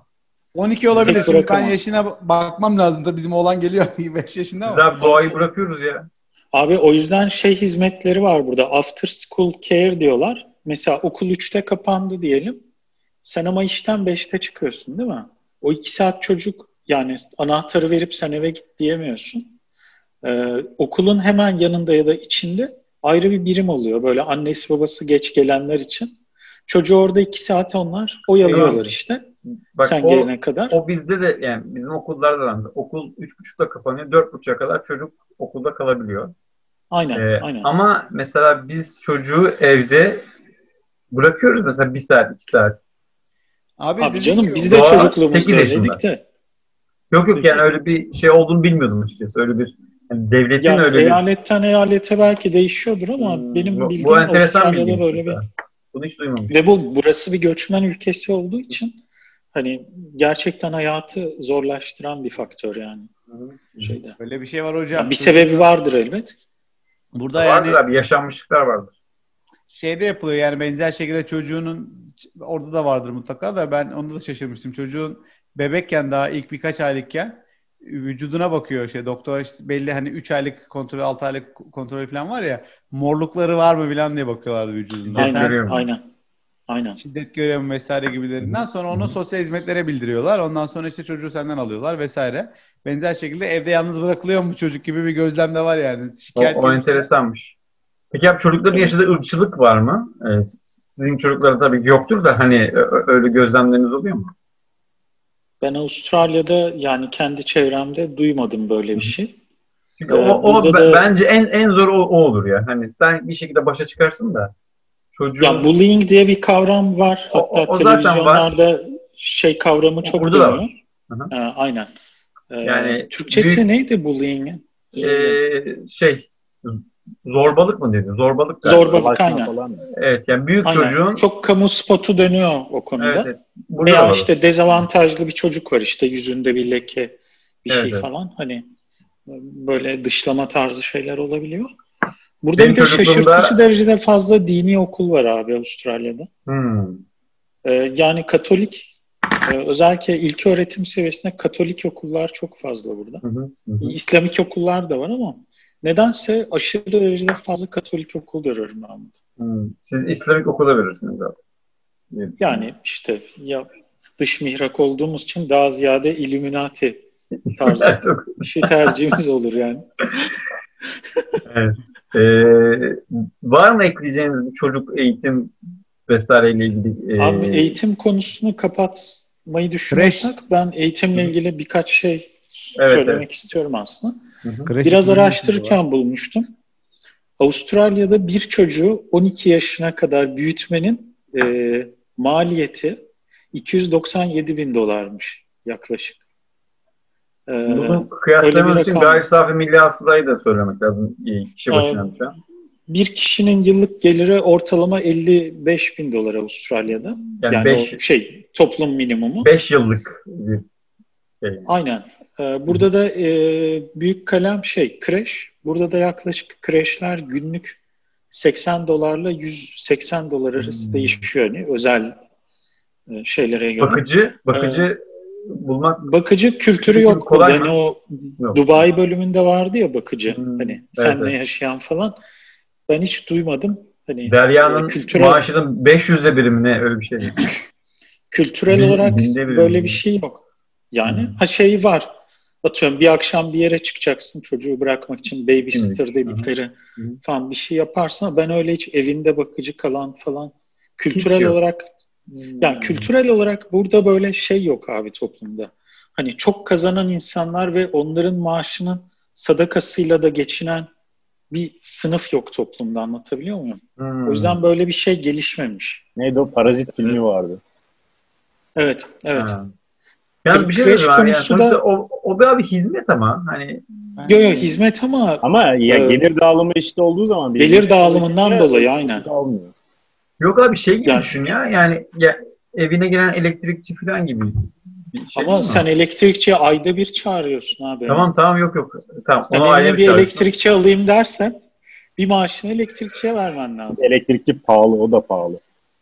12 olabilir. Şimdi ben yaşına bakmam lazım da bizim oğlan geliyor 5 yaşında ama. Biz abi doğayı bırakıyoruz ya. Abi o yüzden hizmetleri var burada. After school care diyorlar. Mesela okul 3'te kapandı diyelim. Sen ama işten 5'te çıkıyorsun değil mi? O 2 saat çocuk yani anahtarı verip sen eve git diyemiyorsun. Okulun hemen yanında ya da içinde ayrı bir birim oluyor. Böyle annesi babası geç gelenler için. Çocuğu orada 2 saat onlar oyalıyorlar işte. Bak, sen gelene kadar. O bizde de yani bizim okullarda da okul 3.30'da kapanıyor. 4.30'a kadar çocuk okulda kalabiliyor. Aynen. Ama mesela biz çocuğu evde bırakıyoruz mesela 1 saat 2 saat. Abi canım biz de çocukluğumuzda öyleydik de. Yok yani öyle bir şey olduğunu bilmiyordum açıkçası. Öyle bir yani devletin yani öyle eyaletten eyalete belki değişiyordur ama benim bildiğim Avustralya'da böyle bir. Bunu hiç duymamıştım. Ve burası bir göçmen ülkesi olduğu için hani gerçekten hayatı zorlaştıran bir faktör yani. Şeyde. Öyle bir şey var hocam. Yani bir sebebi vardır elbet. Burada vardır yani abi, yaşanmışlıklar vardır. Şeyde yapılıyor yani benzer şekilde çocuğunun orada da vardır mutlaka da ben onda da şaşırmıştım. Çocuğun bebekken daha ilk birkaç aylıkken vücuduna bakıyor doktor işte belli hani 3 aylık kontrol 6 aylık kontrol falan var ya morlukları var mı falan diye bakıyorlardı vücudunda. Aynen. Şiddet görüyor mu vesaire gibilerinden sonra onu sosyal hizmetlere bildiriyorlar. Ondan sonra işte çocuğu senden alıyorlar vesaire. Benzer şekilde evde yalnız bırakılıyor mu çocuk gibi bir gözlem de var yani. Şikayet o enteresanmış. Peki abi çocukların yaşadığı ırkçılık var mı? Sizin çocukların tabii ki yoktur da hani öyle gözlemleriniz oluyor mu? Ben Avustralya'da yani kendi çevremde duymadım böyle bir şey. Çünkü bence en zor o olur ya. Hani sen bir şekilde başa çıkarsın da çocuğun... Ya bullying diye bir kavram var. Hatta televizyonlarda kavramı çok dönüyor. Aynen. Yani Türkçesi neydi bullying'in? Zorbalık mı dedi? Zorbalık galiba. Zorbalık aynen. Evet yani büyük çocuğun... Çok kamu spotu dönüyor o konuda. Evet. Veya işte dezavantajlı bir çocuk var işte yüzünde bir leke bir şey falan. Hani böyle dışlama tarzı şeyler olabiliyor. Burada bir de şaşırtıcı derecede fazla dini okul var abi Avustralya'da. Yani Katolik, özellikle ilköğretim seviyesinde Katolik okullar çok fazla burada. İslamik okullar da var ama nedense aşırı derecede fazla Katolik okul görüyorum ben burada. Siz İslamik okula verirsiniz abi. Yani işte ya dış mihrak olduğumuz için daha ziyade Illuminati tarzı bir şey tercihimiz olur yani. Evet. Var mı ekleyeceğiniz çocuk eğitim vesaireyle ilgili? Abi eğitim konusunu kapatmayı düşünüyorsak ben eğitimle ilgili birkaç şey söylemek istiyorum aslında. Biraz araştırırken bulmuştum. Avustralya'da bir çocuğu 12 yaşına kadar büyütmenin maliyeti $297.000 yaklaşık. Bunu kıyaslamak için gayri safi milli hasılayı da söylemek lazım kişi başına şu an. Bir kişinin yıllık geliri ortalama $55.000 Avustralya'da. Yani toplum minimumu. 5 yıllık bir şey. Aynen. Burada da büyük kalem kreş. Burada da yaklaşık kreşler günlük $80 ile $180 arası değişiyor. Yani özel şeylere göre. Bakıcı bulmak. Bakıcı kültürü yok. Kolay yani o Dubai bölümünde vardı ya bakıcı. Hani seninle yaşayan falan. Ben hiç duymadım. Hani Derya'nın maaşının 500'e birimine öyle bir şey değil. Kültürel olarak böyle bir şey yok. Yani var. Atıyorum bir akşam bir yere çıkacaksın çocuğu bırakmak için babysitter dedikleri falan bir şey yaparsın. Ben öyle hiç evinde bakıcı kalan falan kültürel olarak yani kültürel olarak burada böyle şey yok abi toplumda. Hani çok kazanan insanlar ve onların maaşının sadakasıyla da geçinen bir sınıf yok toplumda, anlatabiliyor muyum? O yüzden böyle bir şey gelişmemiş. Neydi o? Parazit filmi vardı. Evet. Yani bir şey var yani. O bir abi hizmet ama hani Yok hizmet ama gelir dağılımı işte olduğu zaman gelir dağılımından dolayı aynen. Almıyor. Yok abi gibi düşün ya. Yani evine gelen elektrikçi falan gibi. Ama sen elektrikçiye ayda bir çağırıyorsun abi. Tamam yok. Tamam. Sen evine bir elektrikçi alayım dersen bir maaşını elektrikçiye vermen lazım. Elektrikçi pahalı, o da pahalı.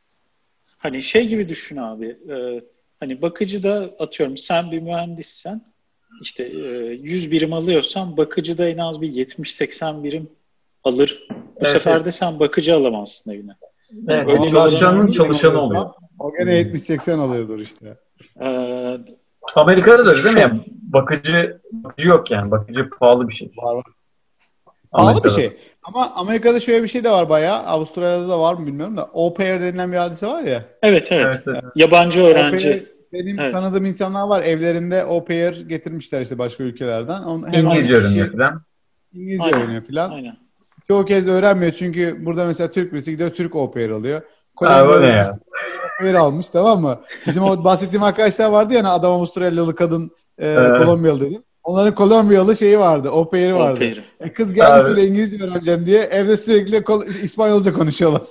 Hani gibi düşün abi. Hani bakıcı da atıyorum sen bir mühendissen işte 100 birim alıyorsan bakıcı da en az bir 70-80 birim alır. Bu sefer de sen bakıcı alamazsın evine. Evet, çalışanı oluyor. O gene 70-80 alıyordur işte. Amerika'da da öyle değil mi? Yani bakıcı yok yani. Bakıcı pahalı bir şey. Var. Pahalı bir şey. Ama Amerika'da şöyle bir şey de var bayağı. Avustralya'da da var mı bilmiyorum da. Au pair denilen bir hadise var ya. Evet. Yabancı öğrenci. Benim tanıdığım insanlar var. Evlerinde au pair getirmişler işte başka ülkelerden. İngilizce öğreniyor falan. İngilizce öğreniyor falan. Aynen. Çoğu kez de öğrenmiyor çünkü burada mesela Türk birisi gidiyor Türk au pair alıyor. Kolombiyalı au pair almış, tamam mı? Bizim o bahsettiğim arkadaşlar vardı ya, adam Avustralyalı, kadın Kolombiyalı dedim. Onların Kolombiyalı şeyi vardı, au pair'i vardı. Kız gelmiş böyle İngilizce öğreneceğim diye evde sürekli İspanyolca konuşuyorlar.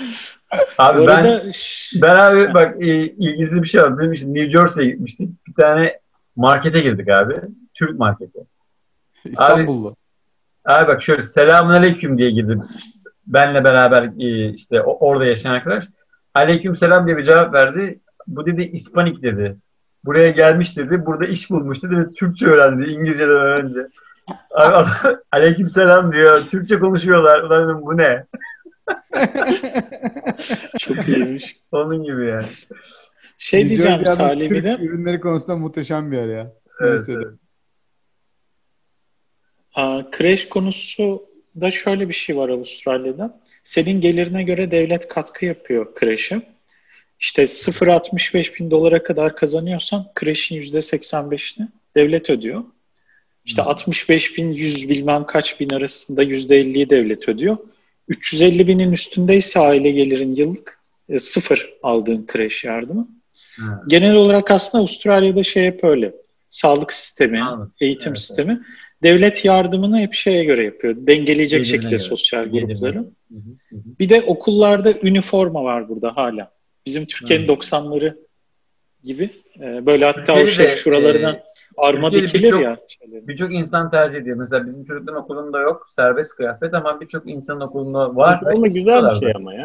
Abi ben abi bak ilginç bir şey var. Benim için New Jersey'ye gitmiştik. Bir tane markete girdik abi. Türk marketi. İstanbul'da. Abi bak şöyle selamünaleyküm diye girdim. Benle beraber işte orada yaşayan arkadaş. Aleykümselam diye bir cevap verdi. Bu dedi İspanik dedi. Buraya gelmiş dedi. Burada iş bulmuş dedi. Türkçe öğrendi İngilizceden önce. Aleykümselam diyor. Türkçe konuşuyorlar. Ulan dedim, bu ne? Çok iyiymiş. Onun gibi yani. Diyeceğim Salih bir de. Türk ürünleri konusunda muhteşem bir yer ya. Evet. Kreş konusu da şöyle bir şey var Avustralya'da. Senin gelirine göre devlet katkı yapıyor kreşe. İşte $65.000 kadar kazanıyorsan kreşin %85'ini devlet ödüyor. İşte 65.100 bilmem kaç bin arasında %50'yi devlet ödüyor. 350.000'in üstündeyse aile gelirin yıllık sıfır aldığın kreş yardımı. Genel olarak aslında Avustralya'da hep öyle. Sağlık sistemi, eğitim sistemi. Devlet yardımını hep göre yapıyor. Dengeleyecek şekilde sosyal grupları. Bir de okullarda üniforma var burada hala. Bizim Türkiye'nin 90'ları gibi. Böyle hatta şuralarına arma dikilir ya. Birçok insan tercih ediyor. Mesela bizim çocukların okulunda yok serbest kıyafet ama birçok insanın okulunda var. Ama güzel bir şey ama ya.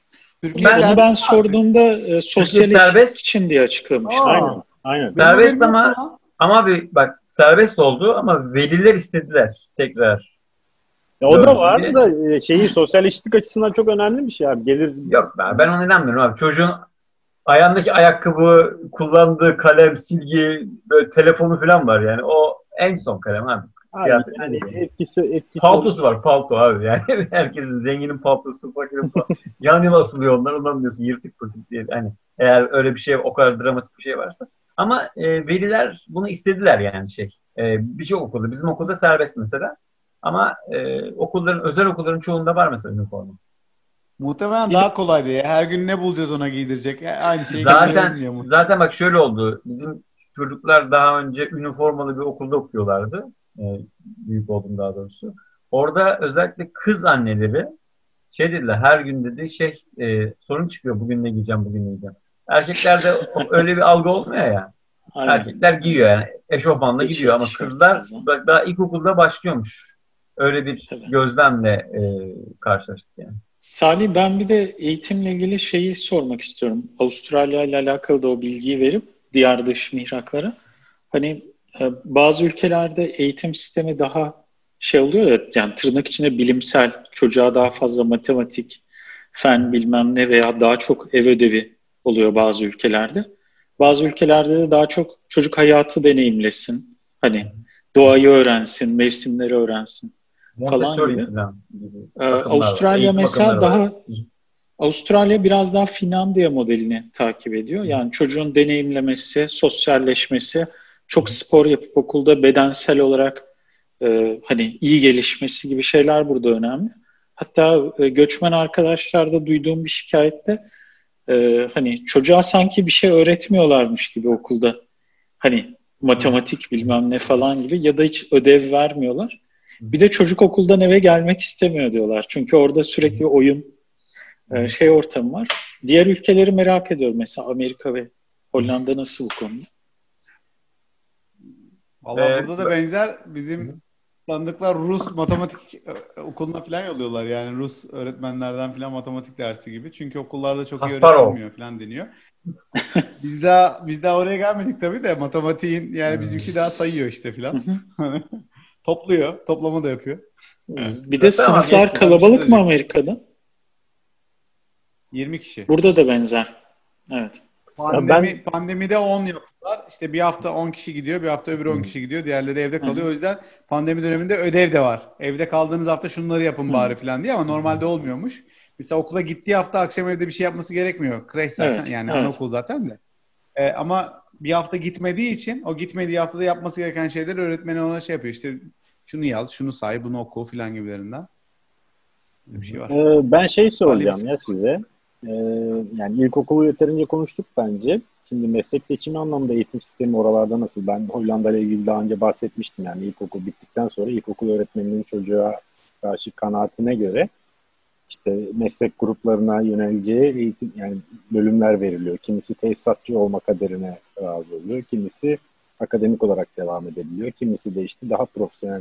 Ben sorduğumda sosyalleşmek için diye açıklamışlar. Aynen. Serbest ama bak serbest oldu ama veliler istediler tekrar. O da var da sosyalleştik açısından çok önemli bir şey abi. Yok ben ona inanmıyorum abi. Çocuğun ayağındaki ayakkabı, kullandığı kalem, silgi, böyle telefonu falan var yani. O en son kalem abi. Yani etkisi paltosu var, palto abi yani. Herkesin zenginin paltosu, fakirin paltosu. Yan yana asılıyor onlar, ondan diyorsun yırtık pırtık diye. Hani eğer öyle bir şey, o kadar dramatik bir şey varsa. Ama veliler bunu istediler yani birçok okulda. Bizim okulda serbest mesela. Ama özel okulların çoğunda var mesela üniforma. Muhtemelen daha kolaydı ya. Her gün ne bulacağız ona giydirecek. Aynı şeyi zaten bak şöyle oldu. Bizim çocuklar daha önce üniformalı bir okulda okuyorlardı. Büyük oldum daha doğrusu. Orada özellikle kız anneleri dediler her gün dedi sorun çıkıyor. Bugün ne giyeceğim, bugün ne giyeceğim. Erkeklerde öyle bir algı olmuyor ya. Aynen. Erkekler giyiyor yani. Eşofmanla gidiyor ama kızlar daha ilkokulda başlıyormuş. Öyle bir gözlemle karşılaştık yani. Salih, ben bir de eğitimle ilgili şeyi sormak istiyorum. Avustralya ile alakalı da o bilgiyi verip diğer dış mihraklara. Hani bazı ülkelerde eğitim sistemi daha oluyor ya, yani tırnak içinde bilimsel, çocuğa daha fazla matematik, fen bilmem ne veya daha çok ev ödevi oluyor bazı ülkelerde. Bazı ülkelerde de daha çok çocuk hayatı deneyimlesin. Hani doğayı öğrensin, mevsimleri öğrensin falan gibi. Avustralya mesela Avustralya biraz daha Finlandiya modelini takip ediyor. Yani çocuğun deneyimlemesi, sosyalleşmesi, çok spor yapıp okulda bedensel olarak hani iyi gelişmesi gibi şeyler burada önemli. Hatta göçmen arkadaşlarda duyduğum bir şikayette hani çocuğa sanki bir şey öğretmiyorlarmış gibi okulda. Hani matematik bilmem ne falan gibi ya da hiç ödev vermiyorlar. Bir de çocuk okuldan eve gelmek istemiyor diyorlar. Çünkü orada sürekli oyun ortamı var. Diğer ülkeleri merak ediyorum. Mesela Amerika ve Hollanda nasıl bu konuda? Vallahi burada da benzer. Bizim tanıdıklar Rus matematik okuluna falan yolluyorlar. Yani Rus öğretmenlerden falan matematik dersi gibi. Çünkü okullarda çok iyi öğretilmiyor falan deniyor. Biz daha oraya gelmedik tabii de matematiğin yani bizimki daha sayıyor işte falan. Topluyor. Toplama da yapıyor. Bir de sınıflar kalabalık mı Amerika'da? 20 kişi. Burada da benzer. Evet. Pandemide 10 yaptılar. İşte bir hafta 10 kişi gidiyor, bir hafta öbürü 10 kişi gidiyor. Diğerleri evde kalıyor. O yüzden pandemi döneminde ödev de var. Evde kaldığınız hafta şunları yapın bari falan diye ama normalde olmuyormuş. Mesela okula gittiği hafta akşam evde bir şey yapması gerekmiyor. Kreş zaten anaokul zaten de. Ama bir hafta gitmediği için o gitmediği haftada yapması gereken şeyleri öğretmeni ona yapıyor. İşte şunu yaz, şunu say, bunu oku falan gibilerinden. Bir şey var. Ben soracağım ya size. Yani ilkokulu yeterince konuştuk bence. Şimdi meslek seçimi anlamında eğitim sistemi oralarda nasıl? Ben Hollanda ile ilgili daha önce bahsetmiştim. Yani ilkokul bittikten sonra ilkokul öğretmeninin çocuğa karşı kanaatine göre işte meslek gruplarına yöneleceği eğitim yani bölümler veriliyor. Kimisi tesisatçı olma kaderine razı oluyor. Kimisi akademik olarak devam edebiliyor. Kimisi de işte daha profesyonel.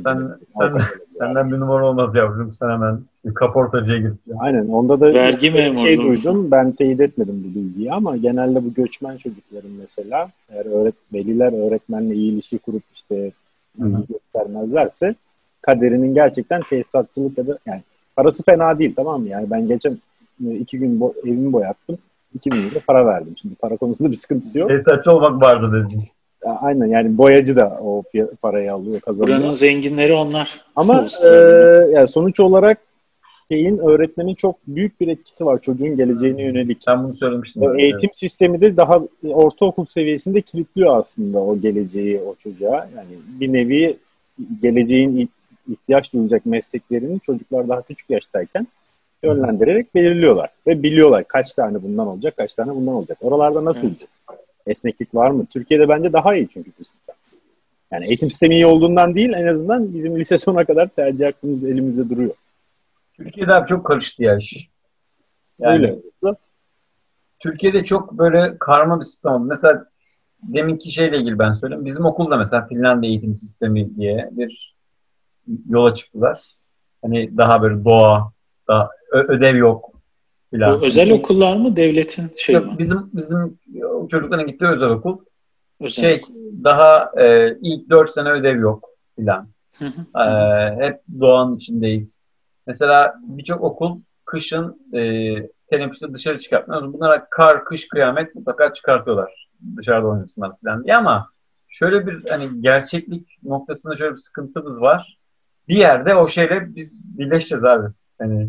Senden bir numara olmaz yavrum. Sen hemen kaportacıya git. Aynen. Onda da vergi memuru duydum. Ben teyit etmedim bu bilgiyi ama genelde bu göçmen çocukların mesela eğer veliler öğretmenle iyi ilişki kurup işte ilgi göstermezlerse kaderinin gerçekten tesisatçılık ya da yani parası fena değil, tamam mı? Yani ben geçen 2 gün evimi boyattım. 2.000 euro para verdim. Şimdi para konusunda bir sıkıntısı yok. Tesisatçı olmak vardı dedin. Aynen, yani boyacı da o parayı alıyor, kazanıyor. Buranın zenginleri onlar. Ama yani sonuç olarak öğretmenin çok büyük bir etkisi var çocuğun geleceğine yönelik. Ben bunu söylemiştim. Eğitim sistemi de daha ortaokul seviyesinde kilitliyor aslında o geleceği o çocuğa. Yani bir nevi geleceğin ihtiyaç duyulacak mesleklerini çocuklar daha küçük yaştayken yönlendirerek belirliyorlar. Ve biliyorlar kaç tane bundan olacak, kaç tane bundan olacak. Oralarda nasıl? Evet. Esneklik var mı? Türkiye'de bence daha iyi çünkü bu sistem. Yani eğitim sistemi iyi olduğundan değil, en azından bizim lise sona kadar tercih hakkımız elimizde duruyor. Türkiye'de çok karıştı ya iş. Yani, öyle. Türkiye'de çok böyle karma bir sistem oldu. Mesela deminki şeyle ilgili ben söyleyeyim. Bizim okulda mesela Finlandiya eğitim sistemi diye bir yola çıktılar. Hani daha böyle doğa, daha ödev yok filan. Bu özel okullar mı, devletin şey mi? Bizim çocukların gittiği özel okul. Özel okul. Daha ilk 4 sene ödev yok filan. Hep doğanın içindeyiz. Mesela birçok okul kışın teneffüste dışarı çıkartmıyor. Bunlara kar, kış, kıyamet mutlaka çıkartıyorlar. Dışarıda oynasınlar falan diye ama şöyle bir hani gerçeklik noktasında şöyle bir sıkıntımız var. Bir yerde o şeyle biz birleşeceğiz abi. Hani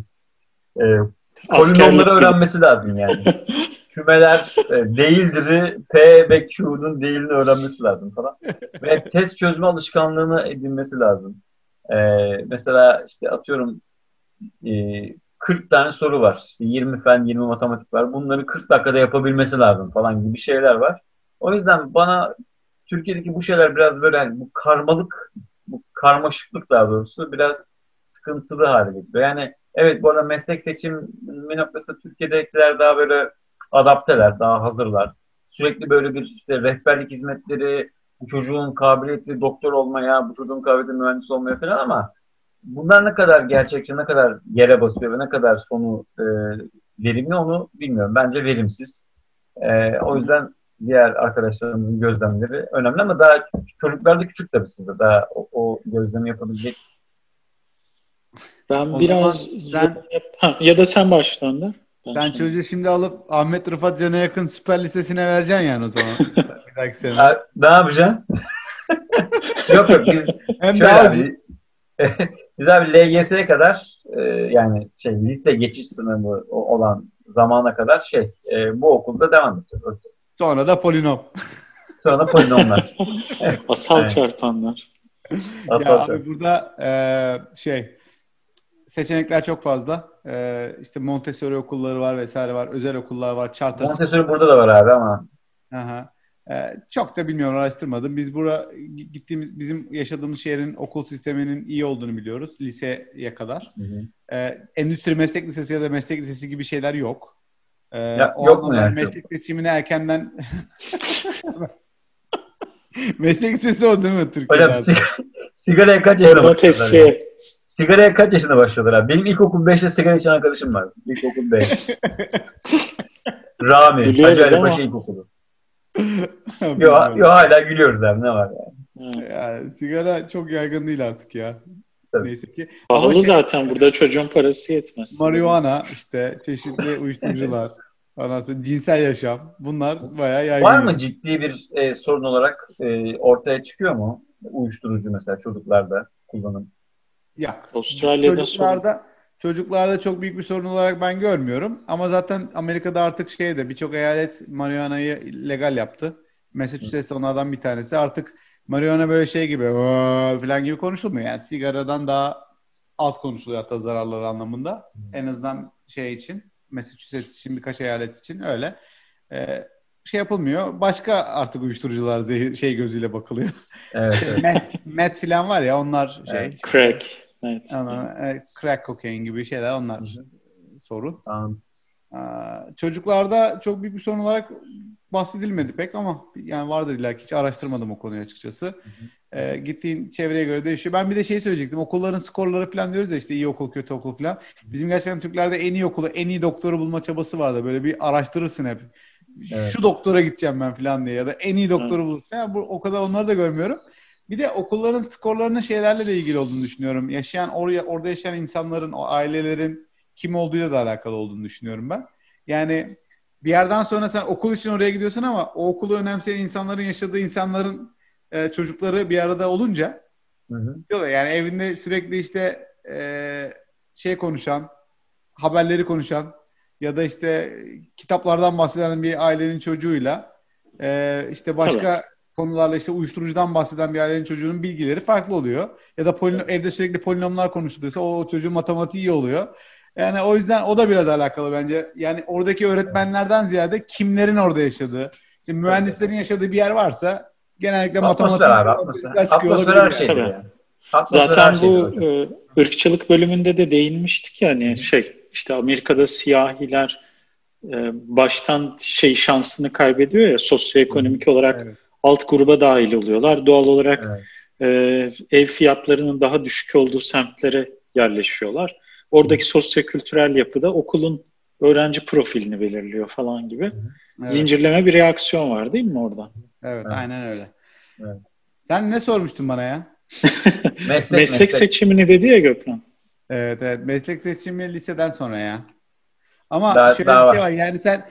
polinomları öğrenmesi lazım yani. Kümeler değildir'i P ve Q'nun değilini öğrenmesi lazım falan. Ve test çözme alışkanlığını edinmesi lazım. Mesela işte atıyorum 40 tane soru var. İşte 20 fen, 20 matematik var. Bunları 40 dakikada yapabilmesi lazım falan gibi şeyler var. O yüzden bana Türkiye'deki bu şeyler biraz böyle hani bu karmalık, bu karmaşıklık daha doğrusu biraz sıkıntılı hale getiriyor. Yani evet bu arada meslek seçimi noktasında Türkiye'dekiler daha böyle adapteler, daha hazırlar. Sürekli böyle bir işte rehberlik hizmetleri, bu çocuğun kabiliyetli doktor olmaya, bu çocuğun kabiliyetli mühendis olmaya falan ama bunlar ne kadar gerçekçi, ne kadar yere basıyor ve ne kadar sonu verimli onu bilmiyorum. Bence verimsiz. O yüzden diğer arkadaşlarımızın gözlemleri önemli ama daha çocuklar da küçük tabii sizde. Daha o gözlemi yapabilecek. Ben o biraz ya da sen başla Önder. Sen çocuğu şimdi alıp Ahmet Rıfat Can'a yakın Süper Lisesi'ne vereceksin yani o zaman. Bir dahaki sene. Ne yapacaksın? Yok biz hem şöyle abi. Biz abi LGS'ye kadar yani lise geçiş sınavı olan zamana kadar bu okulda devam edeceğiz. Sonra da polinom. Sonra da polinomlar. Asal çarpanlar. Abi burada seçenekler çok fazla. İşte Montessori okulları var vesaire var. Özel okullar var. Charter Montessori burada da var abi ama. Aha. Çok da bilmiyorum, araştırmadım. Biz bizim yaşadığımız şehrin okul sisteminin iyi olduğunu biliyoruz. Liseye kadar. Endüstri meslek lisesi ya da meslek lisesi gibi şeyler yok. Yok mu yani? Meslek seçimini erkenden meslek lisesi o değil mi Türkiye'de? Hocam sigaraya kaç yaşında başlıyorlar? Sigaraya kaç yaşında başlıyorlar abi? Benim ilkokul 5'te sigara içen arkadaşım var. İlkokul 5. Rami. Hacı Ali Paşa İlkokulu. Yok hala gülüyoruz abi, ne var yani. Yani sigara çok yaygın değil artık ya. Tabii. Neyse ki. Pahalı zaten burada çocuğun parası yetmez. Marihuana, işte çeşitli uyuşturucular, ondan sonra cinsel yaşam, bunlar bayağı yaygın. Var mı ciddi bir sorun olarak ortaya çıkıyor mu? Uyuşturucu mesela çocuklarda kullanım. Yok. Avustralya'da çocuklarda çok büyük bir sorun olarak ben görmüyorum. Ama zaten Amerika'da artık birçok eyalet marihuanayı legal yaptı. Massachusetts onlardan bir tanesi. Artık marihuana böyle şey gibi falan gibi konuşulmuyor. Yani sigaradan daha az konuşuluyor hatta zararları anlamında. En azından için, Massachusetts için, birkaç eyalet için öyle. Yapılmıyor. Başka artık uyuşturucular gözüyle bakılıyor. Evet. Meth falan var ya, onlar evet. Crack. Evet. Crack cocaine gibi şeyler, onlar sorun. Tamam. Çocuklarda çok büyük bir sorun olarak bahsedilmedi pek ama yani vardır illa ki, hiç araştırmadım o konuyu açıkçası. Gittiğin çevreye göre değişiyor. Ben bir de söyleyecektim. Okulların skorları falan diyoruz ya, işte iyi okul, kötü okul falan. Bizim gerçekten Türklerde en iyi okulu, en iyi doktoru bulma çabası vardı. Böyle bir araştırırsın hep. Evet. Şu doktora gideceğim ben falan diye, ya da en iyi doktoru bulursun. Yani o kadar onları da görmüyorum. Bir de okulların skorlarının şeylerle de ilgili olduğunu düşünüyorum. Orada yaşayan insanların, o ailelerin kim olduğuyla da alakalı olduğunu düşünüyorum ben. Yani bir yerden sonra sen okul için oraya gidiyorsun ama o okulu önemseyen insanların, yaşadığı insanların çocukları bir arada olunca diyorlar yani evinde sürekli işte konuşan, haberleri konuşan ya da işte kitaplardan bahseden bir ailenin çocuğuyla işte başka konularla, işte uyuşturucudan bahseden bir ailenin çocuğunun bilgileri farklı oluyor. Ya da evde sürekli polinomlar konuşuluyorsa o çocuğun matematiği iyi oluyor. Yani o yüzden o da biraz alakalı bence. Yani oradaki öğretmenlerden ziyade kimlerin orada yaşadığı. İşte mühendislerin yaşadığı bir yer varsa genellikle matematik çıkıyor olabilir. Yani. Zaten bu ırkçılık bölümünde de değinmiştik yani işte Amerika'da siyahiler baştan şansını kaybediyor ya, sosyoekonomik olarak alt gruba dahil oluyorlar. Doğal olarak ev fiyatlarının daha düşük olduğu semtlere yerleşiyorlar. Oradaki sosyokültürel yapıda okulun öğrenci profilini belirliyor falan gibi. Evet. Zincirleme bir reaksiyon var değil mi orada? Evet, aynen öyle. Evet. Sen ne sormuştun bana ya? Meslek seçimini dedi ya Gökhan. Evet. Meslek seçimi liseden sonra ya. Ama şöyle bir şey var. Yani sen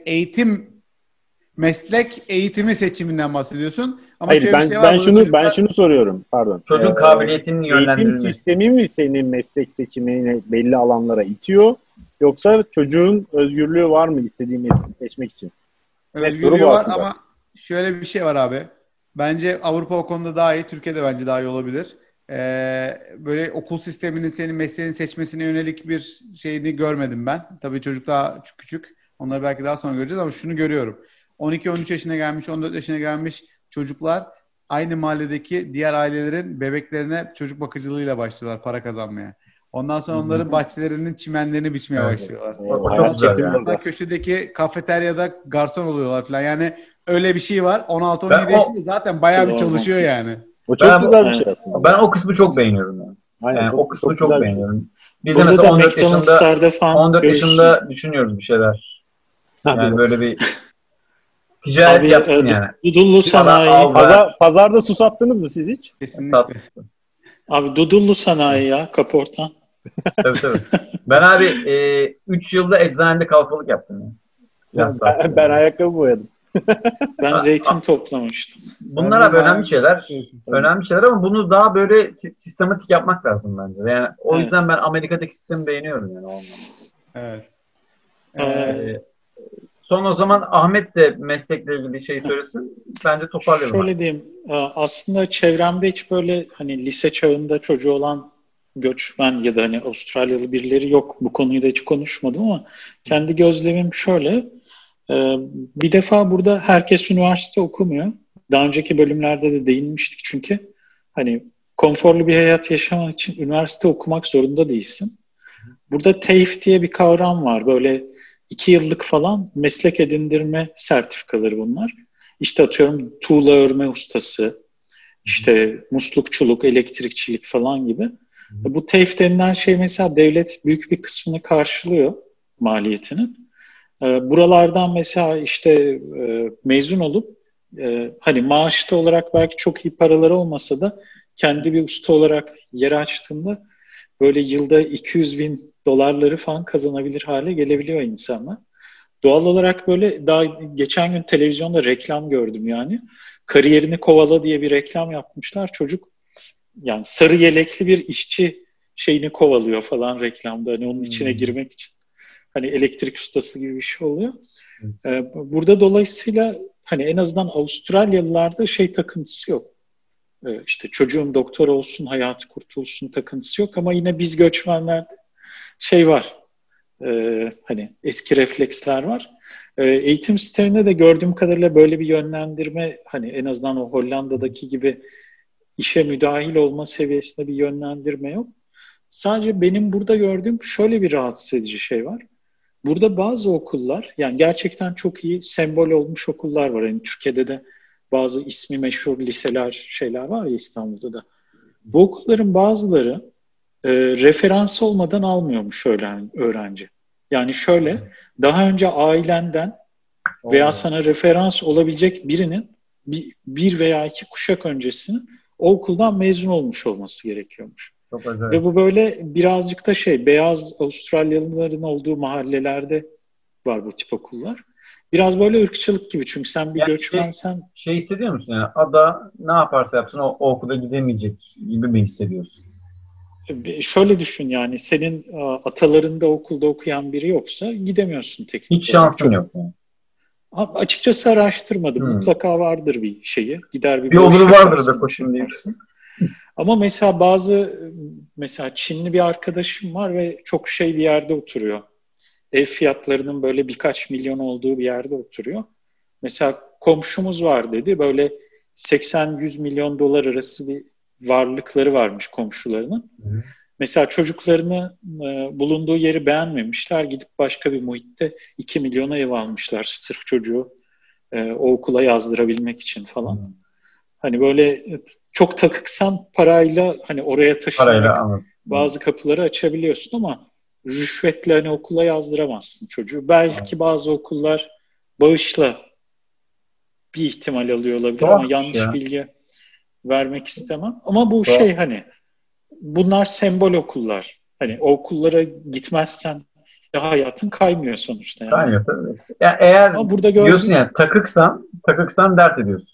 meslek eğitimi seçiminden bahsediyorsun. Ama hayır, ben şunu soruyorum. Pardon. Çocuk kabiliyetinin yönlendirilmesi. Eğitim sistemi mi senin meslek seçimini belli alanlara itiyor? Yoksa çocuğun özgürlüğü var mı istediği mesleği seçmek için? Özgürlüğü var ama şöyle bir şey var abi. Bence Avrupa o konuda daha iyi. Türkiye'de bence daha iyi olabilir. Böyle okul sisteminin senin mesleğini seçmesine yönelik bir şeyini görmedim ben. Tabii çocuk daha küçük. Onları belki daha sonra göreceğiz ama şunu görüyorum. 12-13 yaşına gelmiş, 14 yaşına gelmiş çocuklar aynı mahalledeki diğer ailelerin bebeklerine çocuk bakıcılığıyla başlıyorlar para kazanmaya. Ondan sonra onların bahçelerinin çimenlerini biçmeye başlıyorlar. O çok güzel yani. Köşedeki kafeteryada garson oluyorlar falan. Yani öyle bir şey var. 16-17 yaşında zaten bayağı bir çalışıyor yani. O çok güzel bir şey aslında. Ben o kısmı çok beğeniyorum yani. Aynen, yani o kısmı çok beğeniyorum. Biz de mesela 14 yaşında düşünüyoruz bir şeyler. Yani böyle bir ticaret abi, yapsın yani. Dudullu sanayi. Pazarda su sattınız mı siz hiç? Kesinlikle. Abi Dudullu sanayi ya kaporta. Tabii. Ben abi 3 yılda eczanede kalfalık yaptım. Ben ayakkabı boyadım. Ben zeytin toplamıştım. Bunlar abi önemli şeyler. Önemli şeyler ama bunu daha böyle sistematik yapmak lazım bence. Yani o yüzden ben Amerika'daki sistemi beğeniyorum yani o anlamda. Evet. Son o zaman Ahmet de meslekle ilgili şey söylesin. Ben de toparlayalım. Şöyle diyeyim. Aslında çevremde hiç böyle hani lise çağında çocuğu olan göçmen ya da hani Avustralyalı birileri yok. Bu konuyu da hiç konuşmadım ama kendi gözlemim şöyle. Bir defa burada herkes üniversite okumuyor. Daha önceki bölümlerde de değinmiştik çünkü hani konforlu bir hayat yaşamak için üniversite okumak zorunda değilsin. Burada TAFE diye bir kavram var. Böyle 2 yıllık falan meslek edindirme sertifikaları bunlar. İşte atıyorum tuğla örme ustası, işte muslukçuluk, elektrikçilik falan gibi. Bu TAFE denilen şey mesela devlet büyük bir kısmını karşılıyor maliyetinin. Buralardan mesela işte mezun olup hani maaşlı olarak belki çok iyi paraları olmasa da kendi bir usta olarak yer açtığında böyle yılda 200.000 dolarları falan kazanabilir hale gelebiliyor insanlar. Doğal olarak böyle daha geçen gün televizyonda reklam gördüm yani. Kariyerini kovala diye bir reklam yapmışlar. Çocuk yani sarı yelekli bir işçi şeyini kovalıyor falan reklamda. Hani onun içine girmek için. Hani elektrik ustası gibi bir şey oluyor. Burada dolayısıyla hani en azından Avustralyalılarda şey takıntısı yok. İşte çocuğum doktor olsun, hayatı kurtulsun takıntısı yok ama yine biz göçmenlerde şey var. Hani eski refleksler var. Eğitim sisteminde de gördüğüm kadarıyla böyle bir yönlendirme hani en azından o Hollanda'daki gibi işe müdahil olma seviyesinde bir yönlendirme yok. Sadece benim burada gördüğüm şöyle bir rahatsız edici şey var. Burada bazı okullar yani gerçekten çok iyi sembol olmuş okullar var. Yani Türkiye'de de bazı ismi meşhur liseler şeyler var ya İstanbul'da da. Bu okulların bazıları referans olmadan almıyormuş öğrenci. Yani şöyle daha önce ailenden veya sana referans olabilecek birinin bir veya 2 kuşak öncesinin o okuldan mezun olmuş olması gerekiyormuş. Ve bu böyle birazcık da beyaz Avustralyalıların olduğu mahallelerde var bu tip okullar. Biraz böyle ırkçılık gibi çünkü sen bir yani göçmensen... Şey hissediyor musun yani? Ada ne yaparsa yapsın o okula gidemeyecek gibi mi hissediyorsun? Şöyle düşün yani senin atalarında okulda okuyan biri yoksa gidemiyorsun teknik olarak. Hiç şansın yok yani. Açıkçası araştırmadım. Mutlaka vardır bir şeyi. Gider bir olur vardır da koşun diyorsun. Ama mesela Çinli bir arkadaşım var ve çok bir yerde oturuyor. Ev fiyatlarının böyle birkaç milyon olduğu bir yerde oturuyor. Mesela komşumuz var dedi. Böyle 80-100 milyon dolar arası bir varlıkları varmış komşularının. Mesela çocuklarını bulunduğu yeri beğenmemişler. Gidip başka bir muhitte 2 milyona ev almışlar. Sırf çocuğu O okula yazdırabilmek için falan. Hani böyle çok takıksan parayla hani oraya taşınarak bazı kapıları açabiliyorsun ama rüşvetle hani okula yazdıramazsın çocuğu. Belki bazı okullar bağışla bir ihtimal alıyor olabilir ama yanlış bilgi vermek istemem. Ama bu hani bunlar sembol okullar. Hani o okullara gitmezsen hayatın kaymıyor sonuçta. Yani. Kaymıyor tabii. Yani eğer burada diyorsun yani takıksan dert ediyorsun.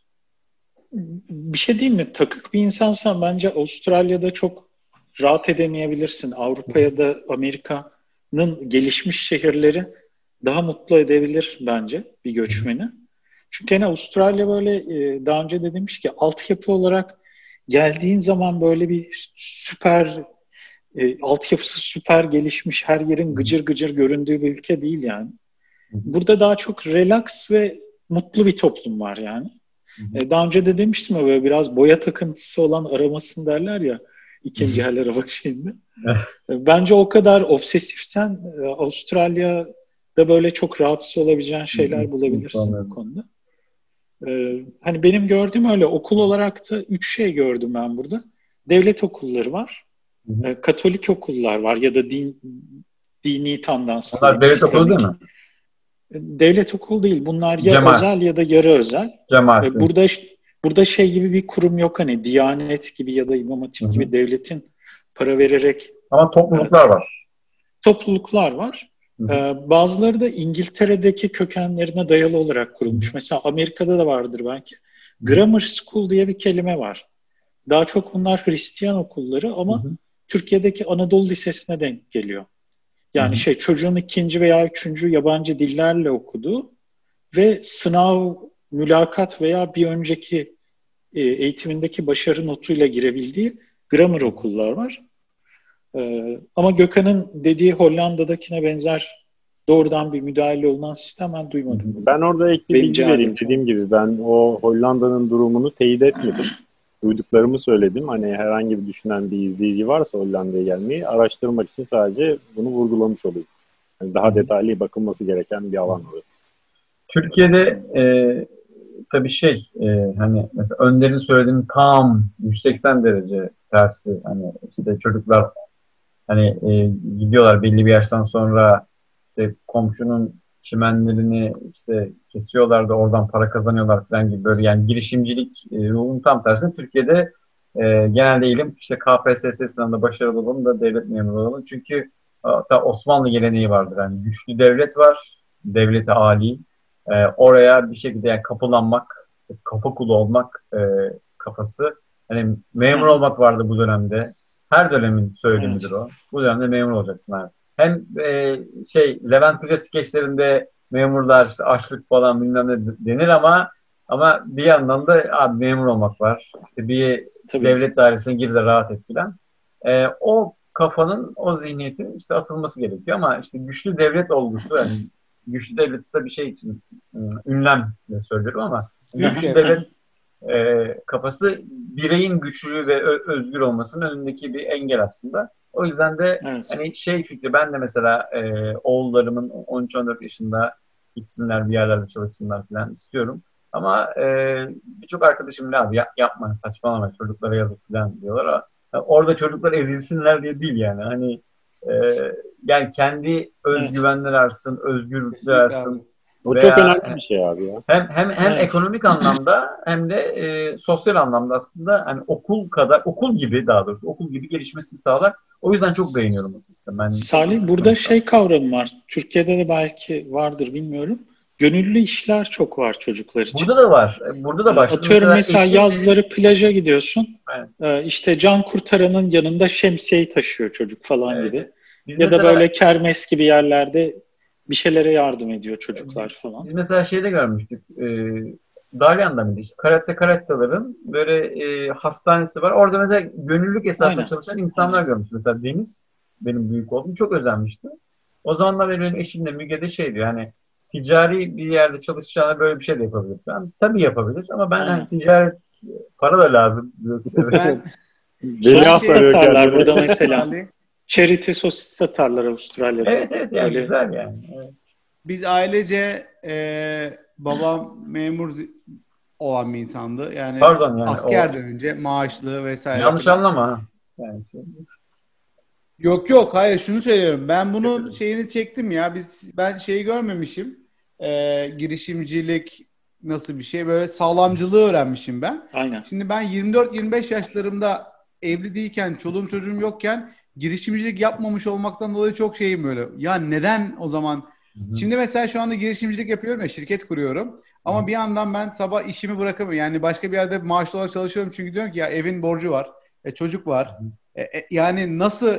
Bir şey diyeyim mi? Takık bir insansan bence Avustralya'da çok rahat edemeyebilirsin. Avrupa'ya da Amerika'nın gelişmiş şehirleri daha mutlu edebilir bence bir göçmeni. Çünkü hani Avustralya böyle daha önce de demiş ki altyapı olarak geldiğin zaman böyle bir süper altyapısı süper gelişmiş, her yerin gıcır gıcır göründüğü bir ülke değil yani. Burada daha çok relax ve mutlu bir toplum var yani. Daha önce de demiştim ya böyle biraz boya takıntısı olan aramasın derler ya ikinci el araba şeyinde. Bence o kadar obsesifsen Avustralya'da böyle çok rahatsız olabileceğin şeyler bulabilirsin bu konuda. Hani benim gördüğüm öyle okul olarak da 3 şey gördüm ben burada. Devlet okulları var. Katolik okullar var ya da dini tandanslı. Bunlar devlet okulu değil mi? Devlet okulu değil. Bunlar ya özel ya da yarı özel. Burada şey gibi bir kurum yok hani Diyanet gibi ya da İmam Hatip gibi devletin para vererek. Ama topluluklar var. Topluluklar var. Bazıları da İngiltere'deki kökenlerine dayalı olarak kurulmuş. Mesela Amerika'da da vardır belki. Grammar School diye bir kelime var. Daha çok bunlar Hristiyan okulları ama Türkiye'deki Anadolu Lisesi'ne denk geliyor. Yani çocuğun 2. veya 3. yabancı dillerle okuduğu ve sınav, mülakat veya bir önceki eğitimindeki başarı notuyla girebildiği grammar okullar var. Ama Gökhan'ın dediği Hollanda'dakine benzer doğrudan bir müdahale olunan sistem ben duymadım. Ben orada ek bir bilgi vereyim. Dediğim gibi ben o Hollanda'nın durumunu teyit etmedim. Duyduklarımı söyledim. Hani herhangi bir düşünen bir izleyici varsa Hollanda'ya gelmeyi araştırmak için sadece bunu vurgulamış olayım. Yani daha detaylı bakılması gereken bir alan orası. Türkiye'de tabii hani mesela Önder'in söylediğinin tam 180 derece tersi. Hani işte çocuklar hani gidiyorlar belli bir yaştan sonra işte komşunun çimenlerini işte kesiyorlar da oradan para kazanıyorlar falan gibi böyle yani girişimcilik ruhunun tam tersine Türkiye'de genelde eğilim işte KPSS sınavında başarılı olalım da devlet memuru olalım. Çünkü hatta Osmanlı geleneği vardır. Yani güçlü devlet var. Devleti âli. Oraya bir şekilde yani kapılanmak, işte kapı kulu olmak kafası. Hani memur olmak vardı bu dönemde. Her dönemin söylemidir o. Bu dönemde memur olacaksın abi. Hem Levent Kırca skeçlerinde memurlar işte açlık falan bilmem ne denir ama bir yandan da abi memur olmak var. İşte bir devlet dairesine gir de rahat et filan. O kafanın, o zihniyetin işte atılması gerekiyor ama işte güçlü devlet olgusu yani güçlü devlet de bir şey için ünlemle söylüyorum ama güçlü devlet kafası bireyin güçlü ve özgür olmasının önündeki bir engel aslında. O yüzden de hani fikri ben de mesela oğullarımın 13-14 yaşında gitsinler bir yerlerde çalışsınlar falan istiyorum. Ama birçok arkadaşım ne abi yapma saçmalama çocuklara yazık falan diyorlar. Orada çocuklar ezilsinler diye değil yani. Hani yani kendi özgüvenleri artsın, özgürlükleri artsın. O çok önemli bir şey abi ya. Hem ekonomik anlamda hem de sosyal anlamda aslında hani okul gibi gelişmesini sağlar. O yüzden çok beğeniyorum o sistemi. Salih burada kavramı var. Türkiye'de de belki vardır bilmiyorum. Gönüllü işler çok var çocuklar için. Burada da var. Burada da başladı. Atıyorum mesela yazları plaja gidiyorsun. İşte can kurtaranın yanında şemsiyeyi taşıyor çocuk falan gibi. Ya da böyle kermes gibi yerlerde bir şeylere yardım ediyor çocuklar falan. Biz mesela görmüştük. Dalyan'da mıydı? İşte karattaların böyle hastanesi var. Orada mesela gönüllülük esasında çalışan insanlar görmüştüm. Mesela Deniz, benim büyük oğlum çok özenmişti. O zamanlar benim eşimle Müge'de şeydi yani ticari bir yerde çalışacağına böyle bir şey de yapabilir. Tabii yapabilir ama ben hani ticaret para da lazım. Sosis satarlar burada mesela. Charity sosis satarlar Avustralya'da. Evet yani güzel yani. Evet. Biz ailece babam memur olan bir insandı. Yani Pardon yani askerden önce maaşlı vesaire. Yanlış anlama. Yani, Yok hayır, şunu söylüyorum. Ben bunun şeyini çektim ya. Ben şeyi görmemişim. Girişimcilik nasıl bir şey? Böyle sağlamcılığı öğrenmişim ben. Aynen. Şimdi ben 24-25 yaşlarımda evli değilken, çoluğum çocuğum yokken girişimcilik yapmamış olmaktan dolayı çok şeyim böyle. Ya neden o zaman? Şimdi mesela şu anda girişimcilik yapıyorum ya, şirket kuruyorum. Ama bir yandan ben sabah işimi bırakamıyorum. Yani başka bir yerde maaşlı olarak çalışıyorum çünkü diyorum ki ya evin borcu var. Çocuk var. Yani nasıl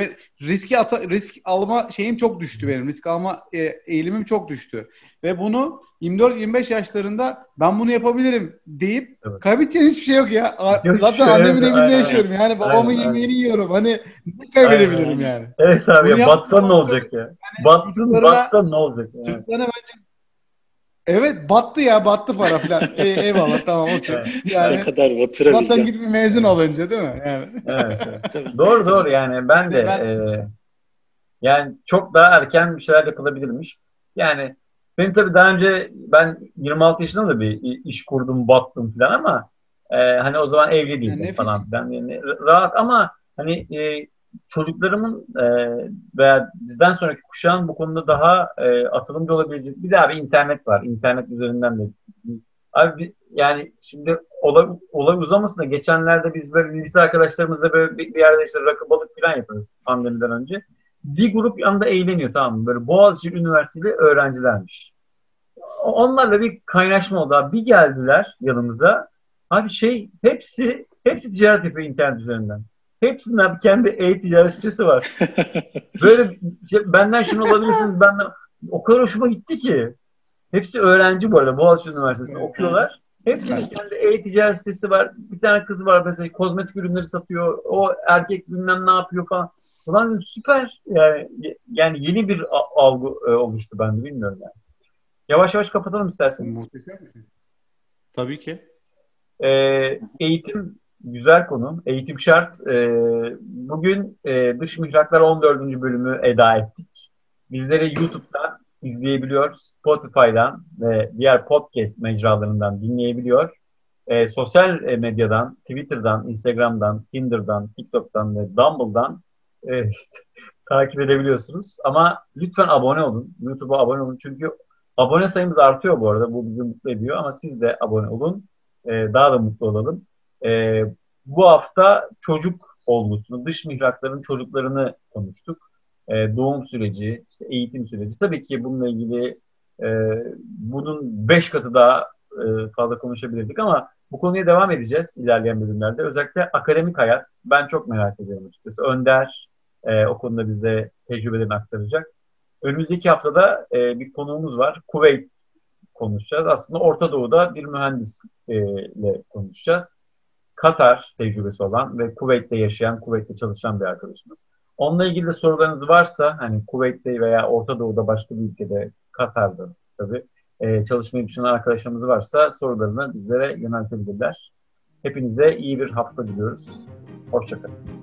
risk alma şeyim çok düştü benim. Risk alma eğilimim çok düştü. Ve bunu 24-25 yaşlarında ben bunu yapabilirim deyip kaybedeceğim hiçbir şey yok ya. Zaten annemin evinde yaşıyorum. Yani babamın yemeğini yiyorum. Hani ne kaybedebilirim yani? Evet abi bunu ya, batsan ne olacak ya? Yani Batsan ne olacak yani? Çocuklarına bence evet battı para falan. Eyvallah tamam okey. Yani ne kadar batırabileceğim. zaten gidip mezun olunca değil mi? Yani. Evet. Doğru yani ben de yani çok daha erken bir şeyler yapılabilirmiş. Yani benim tabii daha önce ben 26 yaşında da bir iş kurdum, battım falan ama hani o zaman evli değildim Nefis. falan filan. Yani rahat ama hani çocuklarımın veya bizden sonraki kuşağın bu konuda daha atılımcı olabilecek. Bir de abi internet var. İnternet üzerinden de. Abi yani şimdi olay uzamasın da geçenlerde biz böyle lise arkadaşlarımızla böyle bir yerde işte rakı balık falan yapıyoruz pandemiden önce. Bir grup yanında eğleniyor, tamam mı? Böyle Boğaziçi Üniversiteli öğrencilermiş. Onlarla bir kaynaşma oldu abi. Bir geldiler yanımıza. Abi hepsi ticaret yapıyor internet üzerinden. Hepsinin abi kendi e-ticaret sitesi var. Böyle benden şunu alabilirsiniz, benden o kadar hoşuma gitti ki. Hepsi öğrenci bu arada. Boğaziçi Üniversitesi'nde okuyorlar. Hepsinin kendi e-ticaret sitesi var. Bir tane kız var mesela, kozmetik ürünleri satıyor. O erkek bilmem ne yapıyor falan. Ulan süper. Yani yeni bir algı oluştu bende, bilmiyorum yani. Yavaş yavaş kapatalım isterseniz. Muhteşem bir şey. Tabii ki. Eğitim güzel konu. Eğitim şart. Bugün Dış Mihraklar 14. bölümü eda ettik. Bizleri YouTube'dan izleyebiliyor, Spotify'dan ve diğer podcast mecralarından dinleyebiliyor. Sosyal medyadan, Twitter'dan, Instagram'dan, Tinder'dan, TikTok'tan ve Dumble'dan takip edebiliyorsunuz. Ama lütfen abone olun. YouTube'a abone olun. Çünkü abone sayımız artıyor bu arada. Bu bizi mutlu ediyor ama siz de abone olun. Daha da mutlu olalım. Bu hafta çocuk olgusunu, dış mihrakların çocuklarını konuştuk. Doğum süreci, işte eğitim süreci. Tabii ki bununla ilgili bunun 5 katı daha fazla konuşabilirdik ama bu konuya devam edeceğiz ilerleyen bölümlerde. Özellikle akademik hayat. Ben çok merak ediyorum açıkçası. Önder o konuda bize tecrübelerini aktaracak. Önümüzdeki haftada bir konuğumuz var. Kuveyt konuşacağız. Aslında Orta Doğu'da bir mühendisle konuşacağız. Katar tecrübesi olan ve Kuveyt'te yaşayan, Kuveyt'te çalışan bir arkadaşımız. Onunla ilgili de sorularınız varsa, hani Kuveyt'te veya Orta Doğu'da başka bir ülkede, Katar'da tabii çalışmayı düşünen arkadaşlarımız varsa sorularını bizlere yöneltebilirler. Hepinize iyi bir hafta diliyoruz. Hoşçakalın.